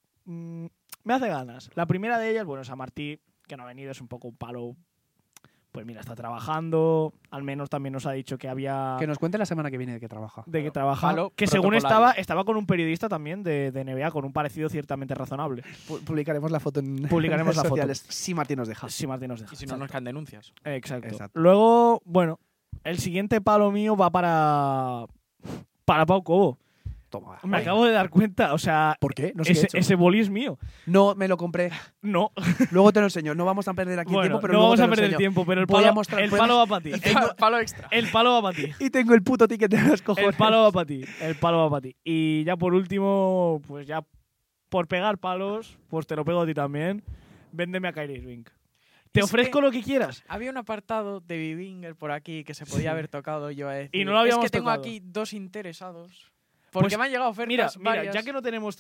me hace ganas. La primera de ellas, bueno, es a Martí, que no ha venido, es un poco un palo, pues mira, está trabajando, al menos también nos ha dicho que había... Que nos cuente la semana que viene de qué trabaja. de que trabaja, Palo que según protocolario. estaba con un periodista también de NBA, con un parecido ciertamente razonable. Publicaremos la foto en Publicaremos redes la foto. sociales, si Martín nos deja. Si Martín nos deja. Y si no nos caen denuncias. Exacto. Exacto. Luego, bueno, el siguiente palo mío va para Pau Cobo. Toma. Me Ay, acabo de dar cuenta, o sea, ¿Por qué? No sé qué he hecho. ese boli es mío. No me lo compré. No, Luego te lo enseño. No vamos a perder aquí el bueno, tiempo, pero no luego vamos te a lo perder enseño. tiempo, pero el Voy a palo, mostrar el pruebas. palo va para ti. Palo extra. El palo va para ti. Y tengo el puto ticket de los cojones. El palo va para ti. El palo va para ti. Y ya por último, pues ya por pegar palos, pues te lo pego a ti también. Véndeme a Kyrie Irving. Te Es ofrezco que- lo que quieras. Había un apartado de Bibinger por aquí que se podía haber tocado. Yo a decir, Y no lo habíamos es que tengo tocado. aquí dos interesados. Porque Pues, me han llegado ofertas Mira, varias. ya que no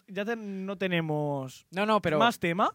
tenemos No, pero más tema,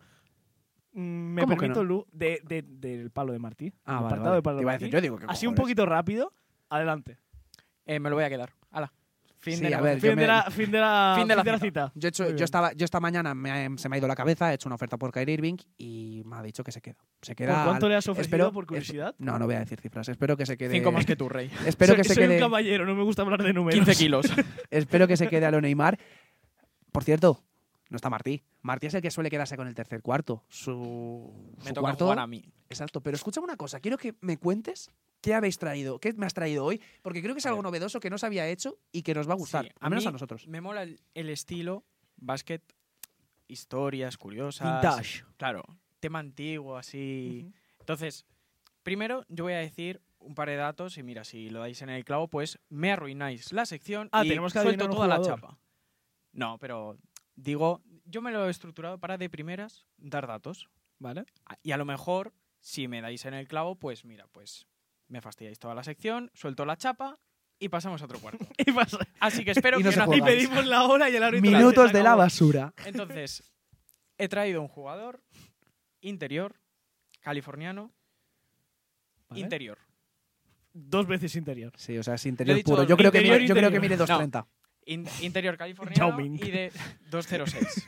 me ¿Cómo que permito no? del palo de Martí. Ah, el vale, apartado vale. del palo Te de iba a Martí. decir, yo digo, ¿qué Así un cojones? poquito rápido, adelante. me lo voy a quedar. Hala. Fin Sí, de a ver, negociación. Fin de la cita. Yo, Muy bien. yo esta mañana se me ha ido la cabeza, he hecho una oferta por Kyrie Irving y me ha dicho que se queda. Se queda ¿Por cuánto al- le has ofrecido, espero- por curiosidad? No, no voy a decir cifras. Espero que se quede. 5 más que tú, Rey. Espero que se soy quede. un caballero, no me gusta hablar de números. 15 kilos. Espero que se quede a lo Neymar. Por cierto, no está Martí. Martí es el que suele quedarse con el tercer cuarto. Su Me toca cuarto. jugar a mí. Exacto. Pero escúchame una cosa. Quiero que me cuentes qué habéis traído, qué me has traído hoy, porque creo que es algo novedoso que no se había hecho y que nos va a gustar. Sí, al menos mí a nosotros. Me mola el estilo básquet, historias curiosas. Vintage. Claro, tema antiguo, así. Ujú. Entonces, primero yo voy a decir un par de datos y mira, si lo dais en el clavo, pues me arruináis la sección y tenemos que suelto adivinar un toda la jugador. chapa. No, pero digo, yo me lo he estructurado para de primeras dar datos. Vale. Y a lo mejor, si me dais en el clavo, pues mira, pues me fastidiáis toda la sección, suelto la chapa y pasamos a otro cuarto. Y pasa- Así que espero Y no que se no juega. y Jugáis. pedimos la hora y el árbitro Minutos se de la acabó. basura. Entonces, he traído un jugador interior, californiano, Vale. interior. 2 veces interior. Sí, o sea, es Lo he interior dicho puro. Yo creo que interior, mide, yo creo que interior. mide 2.30. Interior californiano Yao Ming. y de 206.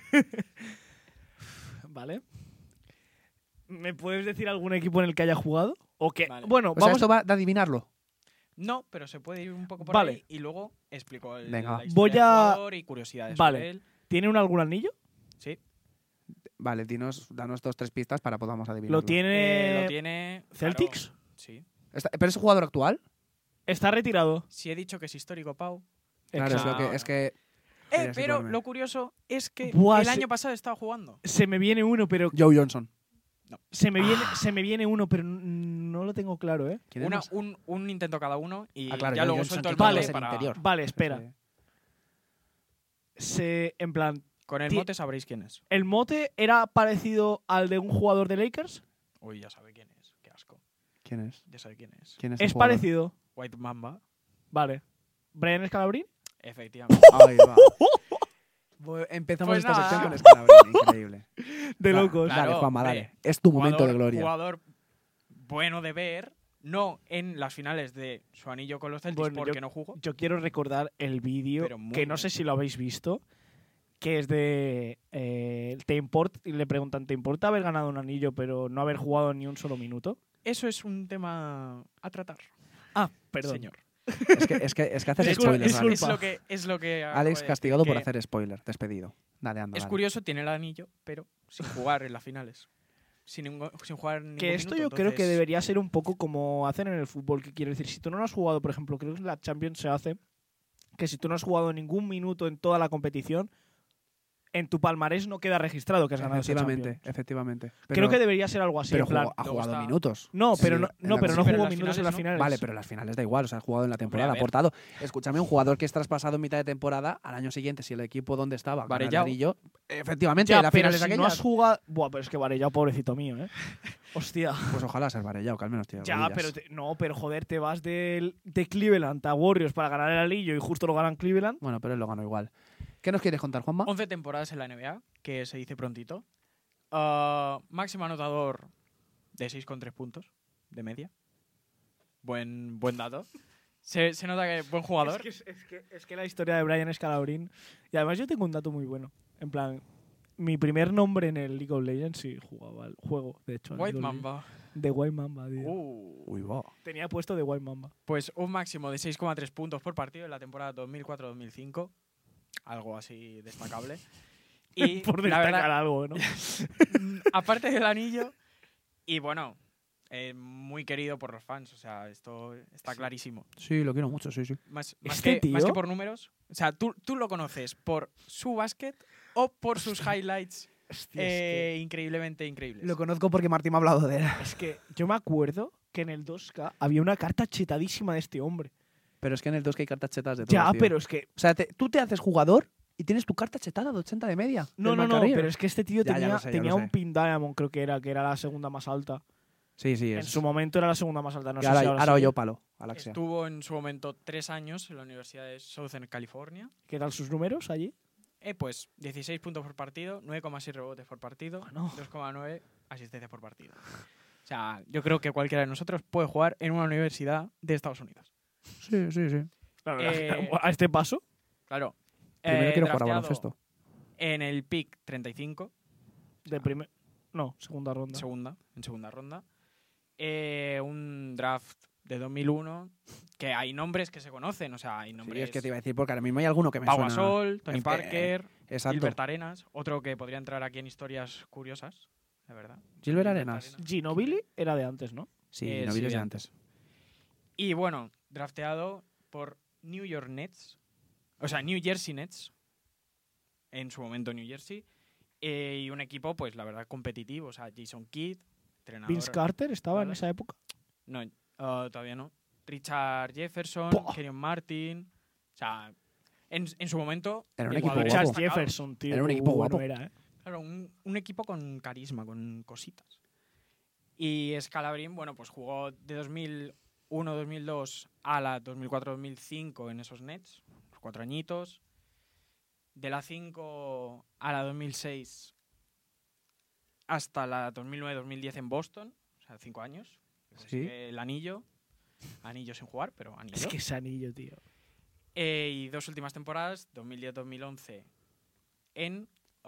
Vale. ¿Me puedes decir algún equipo en el que haya jugado? O que, Vale. bueno, O sea, vamos esto va de adivinarlo. No, pero se puede ir un poco por Vale. ahí y luego explico Venga. la historia Voy del a- jugador y curiosidades Vale. sobre él. ¿Tiene algún anillo? Sí. Vale, danos 2-3 pistas para podamos adivinarlo. ¿Lo tiene Lo tiene Celtics? claro, sí. ¿Pero es un jugador actual? ¿Está retirado? Si he dicho que es histórico, Pau. Claro, es lo que... Exacto. Es que Quería Pero situarme. lo curioso es que Buah, el se- año pasado estaba jugando. Se me viene uno, pero Joe Johnson. se me viene uno, pero no lo tengo claro, ¿eh? ¿Quién es más? Un intento cada uno y Ah, claro, ya Joe luego Johnson suelto el quitando Vale. balón ese para... interior. Vale, espera. Sí. En plan, Con el Ti- mote sabréis quién es. ¿el mote era parecido al de un jugador de Lakers? Uy, ya sabe quién es. Qué asco. ¿Quién es? Ya sabe quién es. ¿Quién es el ¿Es jugador? parecido? White Mamba. Vale. ¿Brian Scalabrine? Efectivamente. Ahí va. Empezamos Pues esta nada. sección con Scalabrine. Increíble. De Claro, locos. Dale, Claro, Juanma, hombre. dale. Es tu momento de gloria. Jugador bueno de ver. No en las finales de su anillo con los Celtics Bueno, porque no jugó. Yo quiero recordar el vídeo, Pero muy que no sé bueno. si lo habéis visto, que es de... y le preguntan, ¿te importa haber ganado un anillo pero no haber jugado ni un solo minuto? Eso es un tema a tratar, Ah, perdón. señor. Es que haces Disculpa, spoilers, disculpa. Alex. Es lo que acabo Alex de castigado decir, por que hacer spoiler. Despedido. Dale, anda. Es dale. curioso, tiene el anillo, pero sin jugar en las finales. Sin jugar ningún Que esto minuto, yo creo que entonces- debería ser un poco como hacen en el fútbol, que quiero decir, si tú no has jugado, por ejemplo, creo que en la Champions se hace, que si tú no has jugado ningún minuto en toda la competición, en tu palmarés no queda registrado que has ganado esa Efectivamente, Champions. efectivamente. Creo que debería ser algo así, Pero en plan... ha luego jugado está- minutos. No, Sí, pero no, en no, la pero no Sí, pero jugó en las minutos en las finales finales. Vale, pero en las finales da igual, o sea, has jugado en la temporada, a ver. aportado. Escúchame, un jugador que es traspasado en mitad de temporada, al año siguiente, si el equipo donde estaba gana el Varellao. anillo, efectivamente, Ya, las pero finales si no aquellas, has jugado... Buah, pero es que Varellao, pobrecito mío, ¿eh? Hostia. pues ojalá ser Varellao, que al menos tiene Ya, rodillas. pero no, pero joder, te vas de Cleveland a Warriors para ganar el anillo y justo lo ganan Cleveland. Bueno, pero él lo ganó igual. ¿Qué nos quieres contar, Juanma? 11 temporadas en la NBA, que se dice prontito. Máximo anotador de 6,3 puntos de media. Buen dato. Se nota que buen jugador. Es que la historia de Brian Scalabrine... Y además yo tengo un dato muy bueno. En plan, mi primer nombre en el League of Legends, sí, jugaba el juego, de hecho. el White League of Legends. Mamba. De White Mamba, tío. Uy, va. Tenía puesto de White Mamba. Pues un máximo de 6,3 puntos por partido en la temporada 2004-2005. Algo así destacable. Y Por la destacar verdad, algo, ¿no? aparte del anillo, y bueno, muy querido por los fans. O sea, esto está clarísimo. Sí, lo quiero mucho, sí, sí. Más Este que tío- por números. O sea, ¿tú lo conoces por su básquet o por sus highlights Hostia, increíblemente increíbles? Lo conozco porque Martín me ha hablado de él. es que yo me acuerdo que en el 2K había una carta chetadísima de este hombre. Pero es que en el 2 que hay cartas chetas de todo. Ya, pero es que... O sea, tú te haces jugador y tienes tu carta chetada de 80 de media. No, del no, My Career. pero es que este tío Ya, ya tenía, lo sé, ya tenía lo un sé. pin diamond, creo que era la segunda más alta. Sí, sí. En su momento era la segunda más alta. No Y sé ahora, si ahora sigue. yo palo, Alaxia. Estuvo en su momento 3 años en la Universidad de Southern California. ¿Qué tal sus números allí? Pues 16 puntos por partido, 9,6 rebotes por partido, Bueno. 2,9 asistencias por partido. O sea, yo creo que cualquiera de nosotros puede jugar en una universidad de Estados Unidos. Sí, sí, sí. Claro, Eh, a este paso. Claro. Primero quiero jugar a drafteado baloncesto. En el pick 35, De primer... No, segunda ronda. en segunda ronda. Un draft de 2001, que hay nombres que se conocen, o sea, hay Sí, nombres... es que te iba a decir, porque ahora mismo hay alguno que me Pau suena. Gasol, Tony Es que- Parker, Exacto. Gilbert Arenas, otro que podría entrar aquí en historias curiosas, la verdad. Gilbert Arenas. Ginobili era de antes, ¿no? Sí, Sí, no vienes de de antes. Y bueno, drafteado por New York Nets, o sea, New Jersey Nets, en su momento New Jersey, y un equipo, pues la verdad, competitivo, o sea, Jason Kidd, entrenador... Vince Carter estaba en ¿Vale? esa época. No, todavía no. Richard Jefferson, ¡Poh! Kenyon Martin, o sea, en su momento... Era un de equipo jugadores guapo. Richard destacados. Jefferson, tío. Era un qué equipo bueno guapo. era, ¿eh? Claro, un equipo con carisma, con cositas. Y Scalabrine, bueno, pues jugó de 2001-2002 a la 2004-2005 en esos Nets, los 4 añitos. De la 5 a la 2006 hasta la 2009-2010 en Boston, o sea, 5 años. Consigue el anillo sin jugar, pero anillo. Es que es anillo, tío. Y 2 últimas temporadas, 2010-2011, en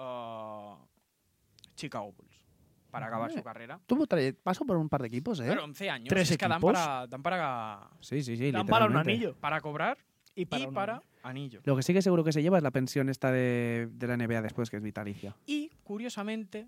Chicago Bulls, para acabar su carrera. Paso por un par de equipos, ¿eh? Pero 11 años. 3 es que dan equipos. para Sí, sí, sí. Dan para un literalmente. anillo. para cobrar Y y para, un para anillo. anillo. Lo que sí que seguro que se lleva es la pensión esta de la NBA después, que es vitalicia. Y, curiosamente,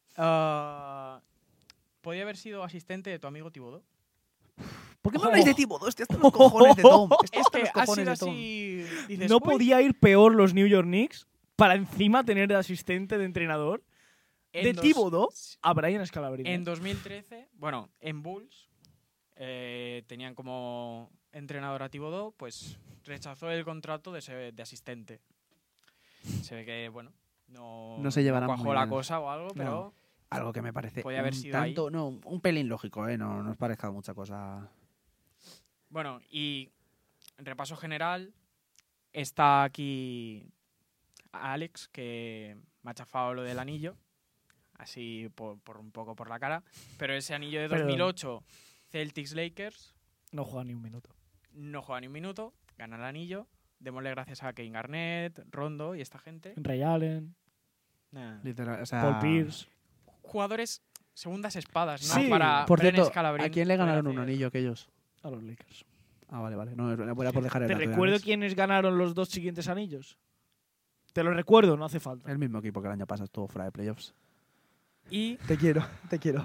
podía haber sido asistente de tu amigo Thibodeau. ¿Por qué no no habláis habláis de de Thibodeau? Estoy hasta los cojones de Tom. Estoy Es hasta que los ha cojones sido de Tom. Eh, así... Dices, No "Uy". podía ir peor los New York Knicks para encima tener de asistente de entrenador En de dos- Thibodeau a Brian Scalabrine. En 2013, bueno, en Bulls tenían como entrenador a Thibodeau, pues rechazó el contrato de asistente. Se ve que, bueno, No se llevarán cuajó muy la bien. cosa o algo, pero Algo que me parece Podía haber un sido ahí. tanto, no, un pelín lógico, ¿eh? No os parezca mucha cosa. bueno, y en repaso general está aquí Alex, que me ha chafado lo del anillo, así por un poco por la cara, pero ese anillo de Perdón. 2008, Celtics-Lakers, No juega ni un minuto. no juega ni un minuto, gana el anillo. Démosle gracias a Kevin Garnett, Rondo y esta gente. Ray Allen, Nah. Literal, o sea, Paul Pierce. Jugadores segundas espadas, ¿no? Sí. Para Por Brennan cierto, Scalabrine ¿a quién le ganaron poder un hacer- anillo aquellos? A los Lakers. Ah, vale, vale. No, era por dejar el ¿Te dato de recuerdo antes. quiénes ganaron los 2 siguientes anillos? Te lo recuerdo, no hace falta. El mismo equipo que el año pasado estuvo fuera de playoffs. Y Te quiero, te quiero.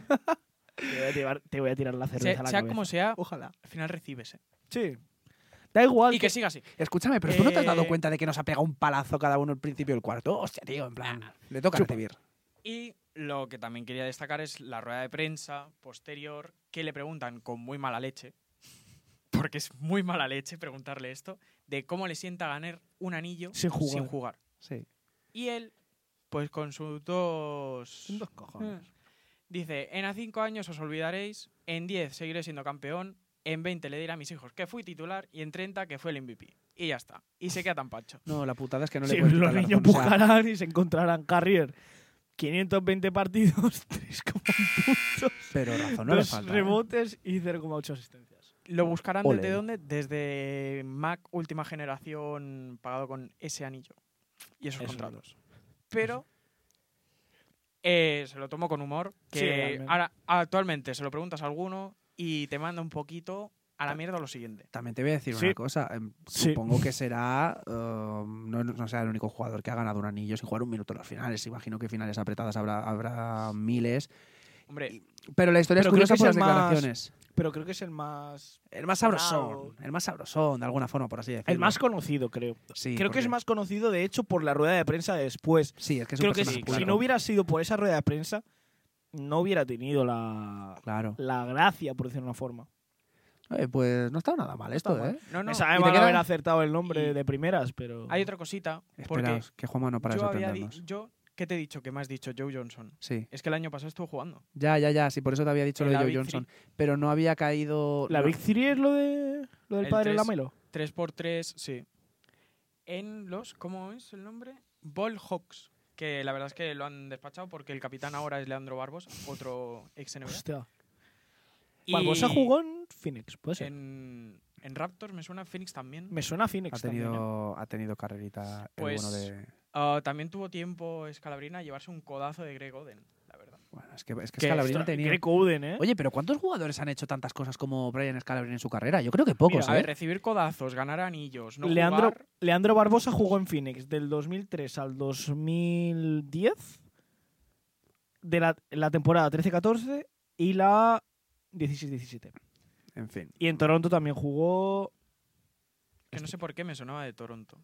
Te voy a tirar la cerveza a la sea cabeza. como sea, Ojalá. al final recibes. Sí. Da igual. Y que siga así. Escúchame, pero ¿tú no te has dado Eh, cuenta de que nos ha pegado un palazo cada uno al principio del cuarto? Hostia, tío, en plan, le toca Chupa. recibir. Y lo que también quería destacar es la rueda de prensa posterior que le preguntan con muy mala leche, porque es muy mala leche preguntarle esto, de cómo le sienta ganar un anillo Sin jugar. Sí. Y él, pues con sus dos... Son 2 cojones. Dice, en a 5 años os olvidaréis, en 10 seguiré siendo campeón, en 20 le diré a mis hijos que fui titular y en 30 que fue el MVP. Y ya está. Y se queda tan pancho. No, la putada es que no le Sí, puedes los quitar la niños razón, o sea, buscarán y se encontrarán Carrier. 520 partidos, 3,1 puntos, pero razón no le 2 falta. ¿eh? rebotes y 0,8 asistencias. ¿Lo buscarán Ole. desde dónde? Desde Mac última generación pagado con ese anillo y esos Eso contratos. Pero se lo tomo con humor. Sí, Que realmente. ahora, actualmente se lo preguntas a alguno y te manda un poquito a la mierda lo siguiente. También te voy a decir Sí. una cosa. Sí. Supongo que será. No será el único jugador que ha ganado un anillo sin jugar un minuto en las finales. Imagino que finales apretadas habrá miles. Hombre, Pero la historia Pero es creo curiosa que por es las el más- declaraciones. Pero creo que es el más El más sonado. sabrosón. El más sabrosón, de alguna forma, por así decirlo. el más conocido, creo. Sí, Creo que es porque- más conocido, de hecho, por la rueda de prensa de después. Sí, es que es un Creo que personaje si público. no hubiera sido por esa rueda de prensa, no hubiera tenido la Claro. gracia, por decirlo de una forma. Pues no está nada mal esto, está ¿eh? no, no. Me sabe ¿Y te mal queda? haber acertado el nombre Y- de primeras, pero... Hay otra cosita. Porque Esperaos, que Juanma no para de yo, sorprendernos. yo ¿Qué te he dicho? ¿Qué me has dicho? Joe Johnson. Sí. Es que el año pasado estuvo jugando. Ya, sí, por eso te había dicho lo de La Joe Big Johnson. Pero no había caído... ¿La no. Big Three es lo del El padre de 3. Lamelo? 3x3, sí. En los... ¿Cómo es el nombre? Ball Hawks. Que la verdad es que lo han despachado porque el capitán ahora es Leandro Barbosa, otro ex NBA. Hostia. Y Barbosa jugó en Phoenix, puede ser. en Raptors me suena Phoenix también. Me suena a Phoenix también. Ha tenido carrerita Pues, el bueno de... También tuvo tiempo Scalabrine a llevarse un codazo de Greg Oden, la verdad. Bueno, es que Que Scalabrine Ostras, tenía... Greg Oden, ¿eh? Oye, pero ¿cuántos jugadores han hecho tantas cosas como Brian Scalabrine en su carrera? Yo creo que pocos, A ver, ¿eh? recibir codazos, ganar anillos, no Leandro, jugar... Leandro Barbosa jugó en Phoenix del 2003 al 2010, de la temporada 13-14 y la 16-17. En fin. Y en Toronto también jugó Que no sé por qué me sonaba de Toronto.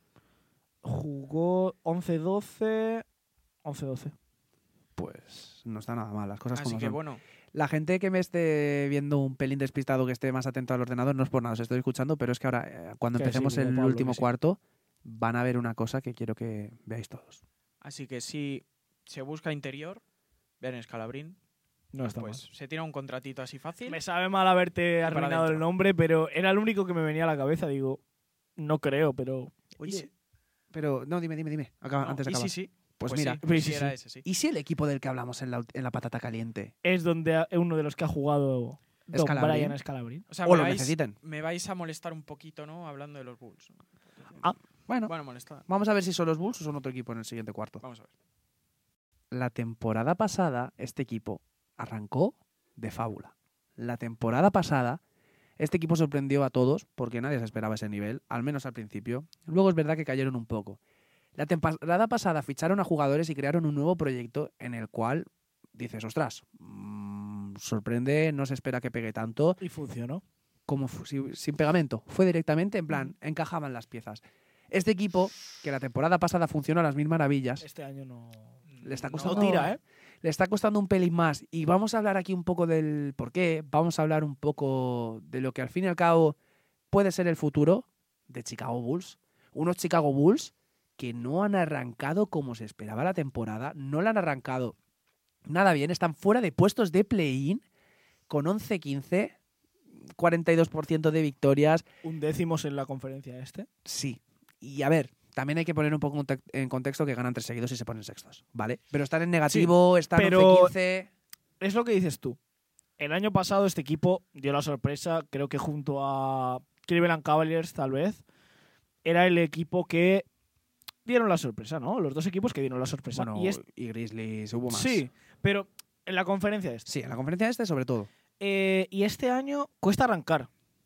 Jugó 11-12. 11-12. Pues no está nada mal, las cosas Así como que son. bueno, La gente que me esté viendo un pelín despistado, que esté más atento al ordenador, no es por nada, os estoy escuchando, pero es que ahora, cuando Que empecemos sí, como el Pablo, último que sí. cuarto, van a ver una cosa que quiero que veáis todos. así que si se busca interior, vean Scalabrine, No está pues se tira un contratito así fácil. mal. Me sabe mal haberte para arruinado el adentro. nombre, pero era el único que me venía a la cabeza. Digo, no creo, pero. ¿Y si- pero no, dime, acaba, no, antes de y acabar. sí. Pues mira, sí, Pero sí sí, era sí. ese, sí. ¿y si el equipo del que hablamos en la patata caliente Es donde uno de los que ha jugado Don Scalabrine. Brian Scalabrine. O sea, o lo necesiten? me vais a molestar un poquito, ¿no? Hablando de los Bulls. Ah, Bueno, Bueno, molestar. vamos a ver si son los Bulls o son otro equipo en el siguiente cuarto. Vamos a ver. La temporada pasada, este equipo arrancó de fábula. La temporada pasada, este equipo sorprendió a todos porque nadie se esperaba ese nivel, al menos al principio. Luego es verdad que cayeron un poco. La temporada pasada ficharon a jugadores y crearon un nuevo proyecto en el cual dices, ostras, sorprende, no se espera que pegue tanto, y funcionó. como sin pegamento. Fue directamente, en plan, encajaban las piezas. Este equipo, que la temporada pasada funcionó a las mil maravillas, Este año no. le está No costando, tira, ¿eh? le está costando un pelín más. Y vamos a hablar aquí un poco del por qué. Vamos a hablar un poco de lo que al fin y al cabo puede ser el futuro de Chicago Bulls. Unos Chicago Bulls que no han arrancado como se esperaba la temporada. No la han arrancado nada bien. Están fuera de puestos de play-in con 11-15, 42% de victorias. 11º en la conferencia este. Sí. Y a ver, también hay que poner un poco en contexto que ganan 3 seguidos y se ponen sextos, ¿vale? Pero están en negativo, están pero 11-15. Es lo que dices tú. El año pasado este equipo dio la sorpresa, creo que junto a Cleveland Cavaliers tal vez, era el equipo que dieron la sorpresa, ¿no? Los dos equipos que dieron la sorpresa. Bueno, y Grizzlies hubo más. Sí, pero en la conferencia este. Sí, en la conferencia este sobre todo. Y este año cuesta arrancar.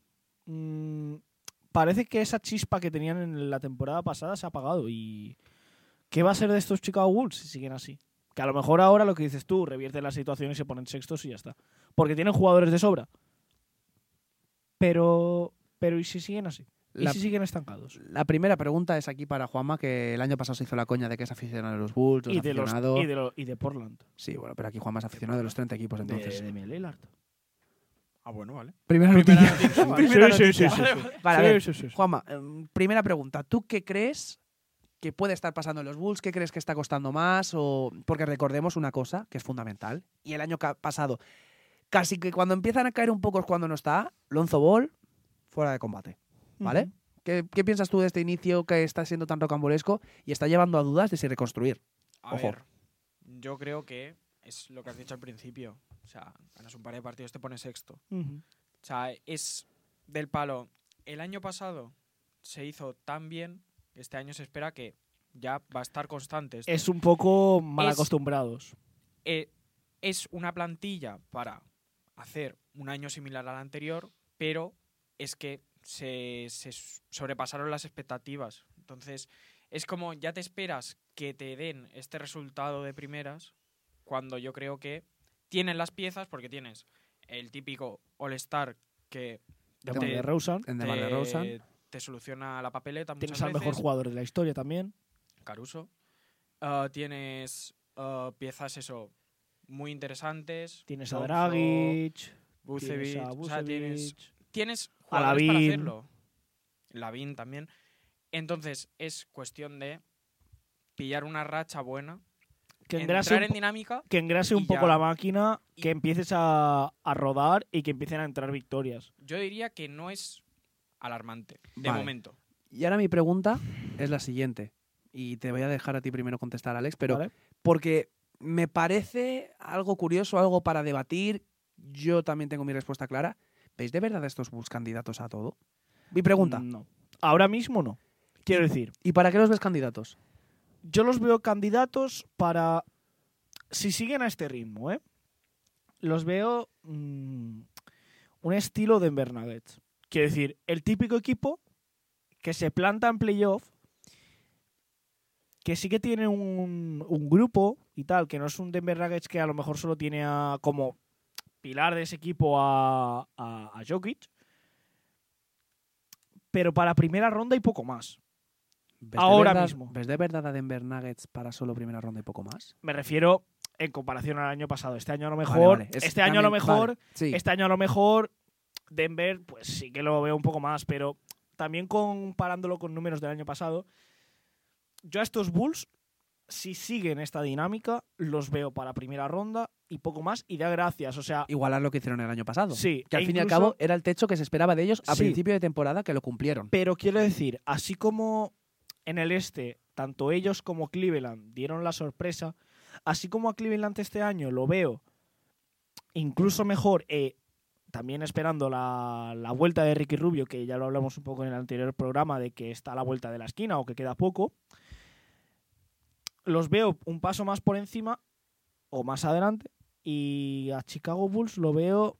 Parece que esa chispa que tenían en la temporada pasada se ha apagado. ¿Y qué va a ser de estos Chicago Bulls si siguen así? Que a lo mejor ahora lo que dices tú, revierten la situación y se ponen sextos y ya está. Porque tienen jugadores de sobra. Pero ¿y si siguen así? ¿Y si siguen estancados? La primera pregunta es aquí para Juanma, que el año pasado se hizo la coña de que es aficionado de los Bulls, Y de Portland. Sí, bueno, pero aquí Juanma es aficionado de los 30 equipos, entonces. De Damian Lillard. Ah, bueno, vale. Primera Primera noticia. noticia. Primera Sí, sí, noticia. sí, sí, sí. Vale, a ver, Sí, sí, sí. Juanma, primera pregunta. ¿Tú qué crees que puede estar pasando en los Bulls? ¿Qué crees que está costando más? Porque recordemos una cosa que es fundamental. Y el año pasado, casi que cuando empiezan a caer un poco es cuando no está. Lonzo Ball, fuera de combate. ¿Vale? Ujú. ¿Qué piensas tú de este inicio que está siendo tan rocambolesco y está llevando a dudas de si reconstruir? A Ojo. ver, yo creo que es lo que has dicho al principio. O sea, ganas un par de partidos, te pones sexto. Ujú. O sea, es del palo. El año pasado se hizo tan bien que este año se espera que ya va a estar constante. Esto. Es un poco mal Es- acostumbrados. Es una plantilla para hacer un año similar al anterior, pero es que se sobrepasaron las expectativas. Entonces, es como ya te esperas que te den este resultado de primeras cuando yo creo que tienen las piezas, porque tienes el típico All-Star que De te- DeRozan. En DeMar DeRozan. te soluciona la papeleta muchas Tienes al veces. mejor jugador de la historia también. Caruso. Tienes piezas eso muy interesantes. Tienes a Lonzo, Dragic. Vucevic, Tienes a o sea, Vucevic. tienes A jugadores para Lavin. hacerlo. Lavin también. Entonces es cuestión de pillar una racha buena entrar en dinámica. Que engrase un y poco ya. la máquina, Y- que empieces a rodar y que empiecen a entrar victorias. Yo diría que no es alarmante, de Vale. momento. Y ahora mi pregunta es la siguiente. Y te voy a dejar a ti primero contestar, Alex, pero ¿Vale? porque me parece algo curioso, algo para debatir. Yo también tengo mi respuesta clara. ¿Veis de verdad estos Bulls candidatos a todo? Mi pregunta. No. Ahora mismo no. Quiero decir, ¿Y para qué los ves candidatos? yo los veo candidatos para... Si siguen a este ritmo, los veo un estilo Denver Nuggets. Quiero decir, el típico equipo que se planta en playoff, que sí que tiene un grupo y tal, que no es un Denver Nuggets que a lo mejor solo tiene como pilar de ese equipo a Jokic, pero para primera ronda y poco más. ¿Ves Ahora de verdad, mismo. ¿Ves de verdad a Denver Nuggets para solo primera ronda y poco más? Me refiero en comparación al año pasado. Este año a lo Vale, mejor, vale. este año a lo mejor, vale, sí. este año a lo mejor Denver, pues sí que lo veo un poco más, pero también comparándolo con números del año pasado, yo a estos Bulls, si siguen esta dinámica, los veo para primera ronda y poco más, y da gracias. O sea, Igualar lo que hicieron el año pasado. sí, Que al e fin y al incluso- cabo era el techo que se esperaba de ellos a Sí. principio de temporada, que lo cumplieron. Pero quiero decir, así como en el este, tanto ellos como Cleveland dieron la sorpresa, así como a Cleveland este año lo veo incluso mejor, también esperando la vuelta de Ricky Rubio, que ya lo hablamos un poco en el anterior programa, de que está a la vuelta de la esquina o que queda poco, los veo un paso más por encima o más adelante, y a Chicago Bulls lo veo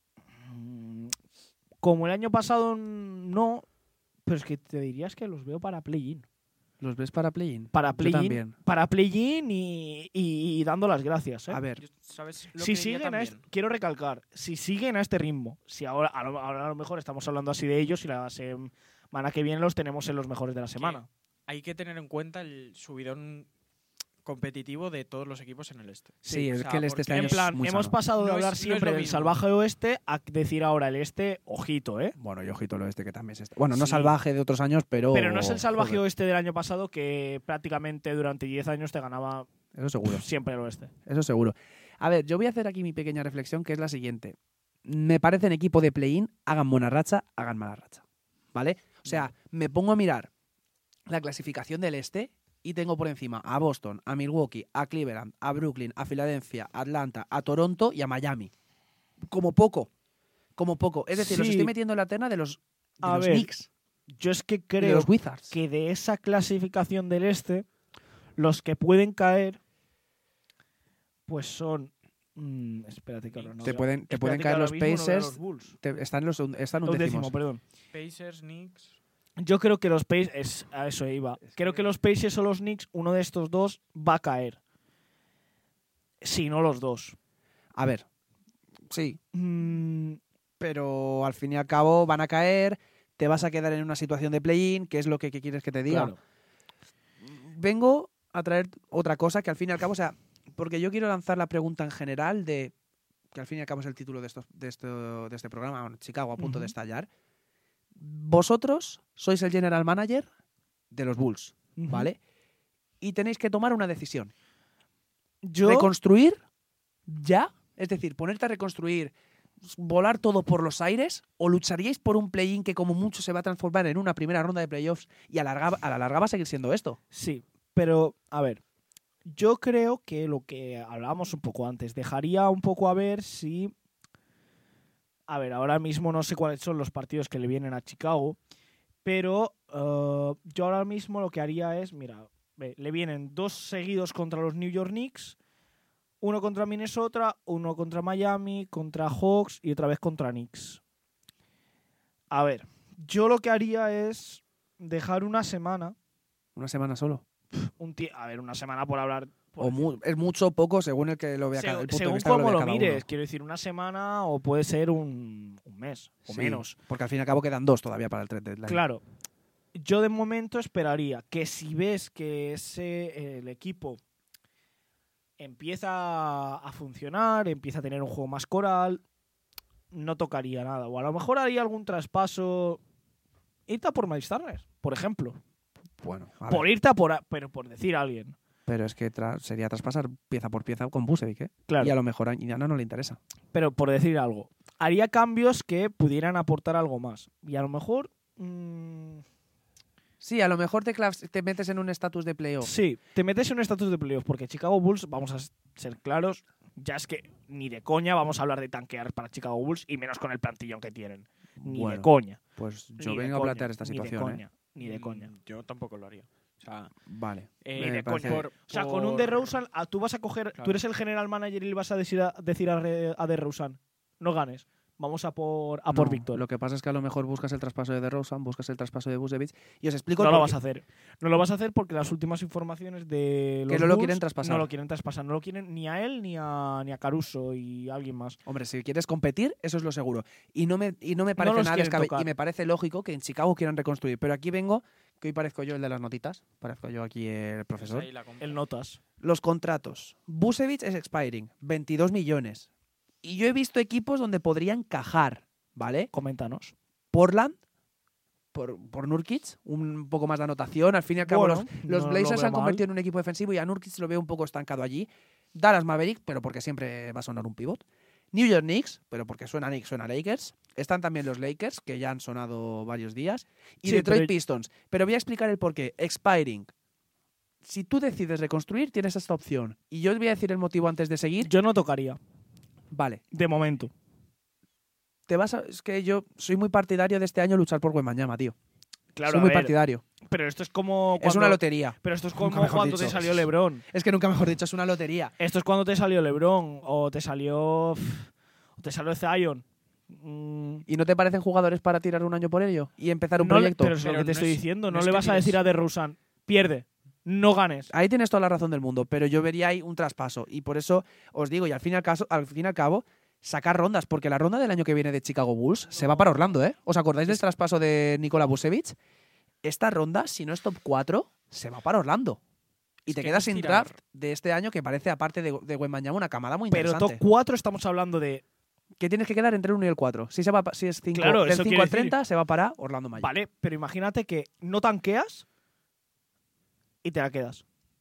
como el año pasado no, pero es que te dirías que los veo para play-in. ¿Los ves para play-in? Para Yo play-in, también. para play-in y dando las gracias. A ver, ¿Sabes lo Si que diría siguen también? quiero recalcar, si siguen a este ritmo, si ahora a lo mejor estamos hablando así de ellos y la semana que viene los tenemos en los mejores de la semana. Hay que tener en cuenta el subidón competitivo de todos los equipos en el este. sí, o es sea, que el este porque año En es plan, muy hemos sano. pasado de No hablar es siempre lo del mismo. salvaje oeste a decir ahora el este, ojito, ¿eh? Bueno, y ojito el oeste que también se está... Bueno, no Sí. salvaje de otros años, pero... Pero no es el salvaje joder, oeste del año pasado que prácticamente durante 10 años te ganaba Eso seguro, siempre el oeste. eso seguro. A ver, yo voy a hacer aquí mi pequeña reflexión, que es la siguiente. Me parece en equipo de play-in, hagan buena racha, hagan mala racha. ¿Vale? O sea, me pongo a mirar la clasificación del este y tengo por encima a Boston, a Milwaukee, a Cleveland, a Brooklyn, a Filadelfia, a Atlanta, a Toronto y a Miami. Como poco. Como poco. Es decir, los Sí. estoy metiendo en la terna de los A ver, Knicks Yo es que y de creo los Wizards. que de esa clasificación del este, los que pueden caer, pues son... espérate que ahora no Te veo. pueden Espérate que caer ahora los mismo no veo Pacers. los Bulls. Están Un undécimos. décimo, perdón. Pacers, Knicks. Yo creo que los Pacers... A eso iba. Creo que los Pacers o los Knicks, uno de estos dos va a caer. Si no los dos. A ver, sí, Mm, pero al fin y al cabo van a caer, te vas a quedar en una situación de play-in, que es lo que quieres que te diga. claro. Vengo a traer otra cosa que al fin y al cabo, o sea, porque yo quiero lanzar la pregunta en general de, que al fin y al cabo es el título de este programa, bueno, Chicago a punto de Ujú. estallar. Vosotros sois el general manager de los Bulls, Ujú. ¿vale? Y tenéis que tomar una decisión. Yo... ¿Reconstruir ya? Es decir, ponerte a reconstruir, volar todo por los aires, o lucharíais por un play-in que como mucho se va a transformar en una primera ronda de playoffs y a la larga va a seguir siendo esto. Sí, pero a ver, yo creo que lo que hablábamos un poco antes, dejaría un poco a ver si... A ver, ahora mismo no sé cuáles son los partidos que le vienen a Chicago, pero yo ahora mismo lo que haría es, mira, le vienen 2 seguidos contra los New York Knicks, uno contra Minnesota, uno contra Miami, contra Hawks y otra vez contra Knicks. A ver, yo lo que haría es dejar una semana, Una semana solo. a ver, una semana por hablar... O es mucho o poco según el que lo vea cada el punto de según vista que cómo vea lo cada mires, uno. quiero decir, una semana o puede ser un mes o Sí, menos. Porque al fin y al cabo quedan 2 todavía para el trade deadline. Claro, yo de momento esperaría que si ves que el equipo empieza a funcionar, empieza a tener un juego más coral, no tocaría nada. O a lo mejor haría algún traspaso. Irte a por Miles Turner, por ejemplo. Bueno, a Por ver. irte pero por decir a alguien. Pero es que sería traspasar pieza por pieza con Vucevic, ¿eh? Claro. Y a lo mejor a Indiana no le interesa. Pero por decir algo, haría cambios que pudieran aportar algo más. Y a lo mejor... Sí, a lo mejor te metes en un estatus de playoff. sí, te metes en un estatus de playoff, porque Chicago Bulls, vamos a ser claros, ya es que ni de coña vamos a hablar de tanquear para Chicago Bulls, y menos con el plantillón que tienen. Ni de Bueno, coña. Pues yo Ni de vengo a coña, plantear esta situación, Ni de coña, ¿eh? ni de coña. Yo tampoco lo haría. O sea, Vale. Ni de parece- coña. O sea, con un DeRozan, tú vas a coger... Claro. Tú eres el general manager y le vas a decir a DeRozan, no ganes, vamos a por No, Víctor. Lo que pasa es que a lo mejor buscas el traspaso de DeRozan, buscas el traspaso de Vucevic y os explico No el lo porqué. vas a hacer. No lo vas a hacer porque las últimas informaciones de los Que no lo Bulls quieren traspasar. No lo quieren traspasar. No lo quieren ni a él ni a Caruso y a alguien más. Hombre, si quieres competir, eso es lo seguro. Y no me parece los nada quieren descabellado. tocar. Y me parece lógico que en Chicago quieran reconstruir. Pero aquí vengo, que hoy parezco yo el de las notitas. Parezco yo aquí el profesor. ahí la compra. El notas. Los contratos. Vucevic es expiring, 22 millones. Y yo he visto equipos donde podría encajar, ¿vale? Coméntanos. Portland, por Nurkic, un poco más de anotación. Al fin y al cabo, Bueno, los no lo Blazers se veo han mal. convertido en un equipo defensivo y a Nurkic lo veo un poco estancado allí. Dallas Maverick, pero porque siempre va a sonar un pivot. New York Knicks, pero porque suena Knicks, suena Lakers. Están también los Lakers, que ya han sonado varios días. Y Sí, Detroit pero- Pistons. Pero voy a explicar el porqué. Expiring. Si tú decides reconstruir, tienes esta opción. Y yo os voy a decir el motivo antes de seguir. Yo no tocaría. Vale. De momento. Es que yo soy muy partidario de este año luchar por Wembanyama, tío. Claro, soy a muy ver, partidario. pero esto es como Es cuando- una lotería. Pero esto es Nunca como mejor cuando te dicho. salió LeBron. Es que nunca mejor dicho, es una lotería. Esto es cuando te salió LeBron o te salió... o te salió Zion. ¿Y no te parecen jugadores para tirar un año por ello? Y empezar un No le- proyecto. pero es lo Pero que te no estoy es- diciendo. no No es le que vas a tires- decir a DeRozan, pierde, no ganes. Ahí tienes toda la razón del mundo, pero yo vería ahí un traspaso. Y por eso os digo, y al fin y al cabo, sacar rondas, porque la ronda del año que viene de Chicago Bulls se va para Orlando, ¿eh? ¿Os acordáis del traspaso de Nikola Vucevic? Esta ronda, si no es top 4, se va para Orlando. Y Es te que quedas no es sin tirar. draft de este año que parece, aparte de Wembanyama, una camada muy Pero interesante. top 4 estamos hablando de... Que tienes que quedar entre el 1 y el 4. Si es 5, Claro, del eso 5 quiere al decir- 30, se va para Orlando Magic. Vale, pero imagínate que no tanqueas y te la quedas.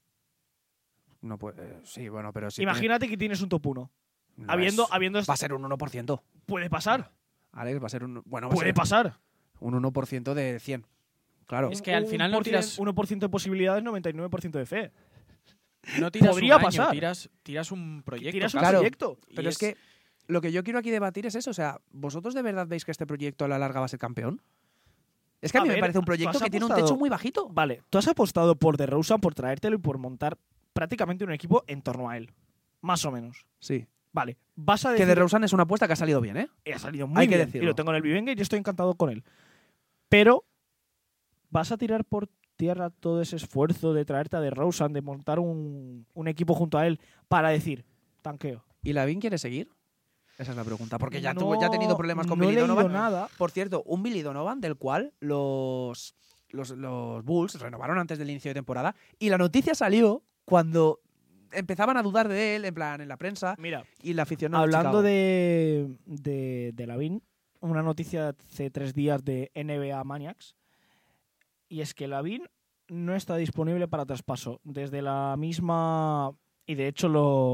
No puede, sí, bueno, pero sí. Imagínate que tienes un top 1. No habiendo, es- habiendo Va a ser un 1%. puede pasar. Alex, va a ser un. Bueno, va a Puede ser pasar. un 1% de 100. Claro. Es que al final no tiras- 1% de posibilidades, 99% de fe. No tiras Podría un año, pasar. tiras un proyecto. Tiras un claro. proyecto. Y Pero es que lo que yo quiero aquí debatir es eso. O sea, ¿vosotros de verdad veis que este proyecto a la larga va a ser campeón? Es que a A mí me ver, parece un ¿tú proyecto has que tiene un apostado? techo muy bajito. Vale, tú has apostado por DeRozan, por traértelo y por montar prácticamente un equipo en torno a él. Más o menos. Sí. Vale, vas a decir... Que de DeRozan es una apuesta que ha salido bien, ¿eh? Ha salido muy Hay que bien. decirlo. Y lo tengo en el Vivenga y yo estoy encantado con él. Pero, ¿vas a tirar por tierra todo ese esfuerzo de traerte a DeRozan, de montar un equipo junto a él para decir, tanqueo? ¿Y Lavín quiere seguir? Esa es la pregunta. Porque ya, No- ya ha tenido problemas con no he Billy leído Donovan. nada. Por cierto, un Billy Donovan del cual los Bulls renovaron antes del inicio de temporada. Y la noticia salió cuando empezaban a dudar de él, en plan, en la prensa Mira, y la afición. de hablando Chicago. de Lavin, una noticia de hace 3 días de NBA Maniacs, y es que Lavin no está disponible para traspaso. Desde la misma... Y de hecho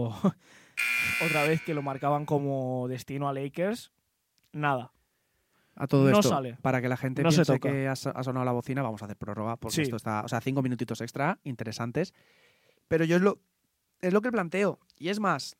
otra vez que lo marcaban como destino a Lakers, nada. A todo no esto, sale. para que la gente No se piense toca. que ha sonado la bocina, vamos a hacer prórroga, porque Sí. esto está, o sea, 5 minutitos extra, interesantes. Pero yo es lo que planteo. Y es más,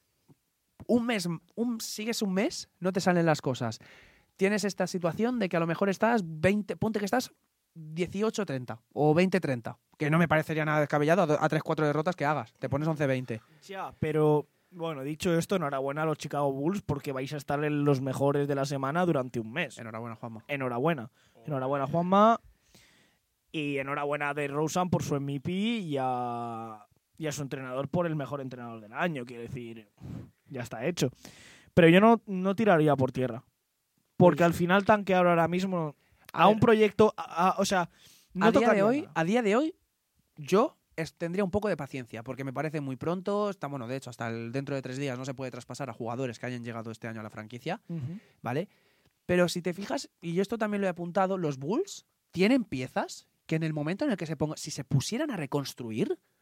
sigues un mes, no te salen las cosas. Tienes esta situación de que a lo mejor estás ponte que estás 18-30 o 20-30, que no me parecería nada descabellado a 3-4 derrotas que hagas. Te pones 11-20. Ya, pero bueno, dicho esto, enhorabuena a los Chicago Bulls porque vais a estar en los mejores de la semana durante un mes. Enhorabuena, Juanma. Enhorabuena. Enhorabuena, Juanma. Y enhorabuena a DeRozan por su MVP y a su entrenador por el mejor entrenador del año. Quiero decir, ya está hecho. Pero yo no tiraría por tierra. Porque al final tanquear ahora mismo a un ver. proyecto... o sea, no a día de tocaría hoy, nada. a día de hoy, yo tendría un poco de paciencia, porque me parece muy pronto. Bueno, de hecho, hasta dentro de 3 días no se puede traspasar a jugadores que hayan llegado este año a la franquicia, Ujú. ¿vale? Pero si te fijas, y yo esto también lo he apuntado, los Bulls tienen piezas que en el momento en el que si se pusieran a reconstruir,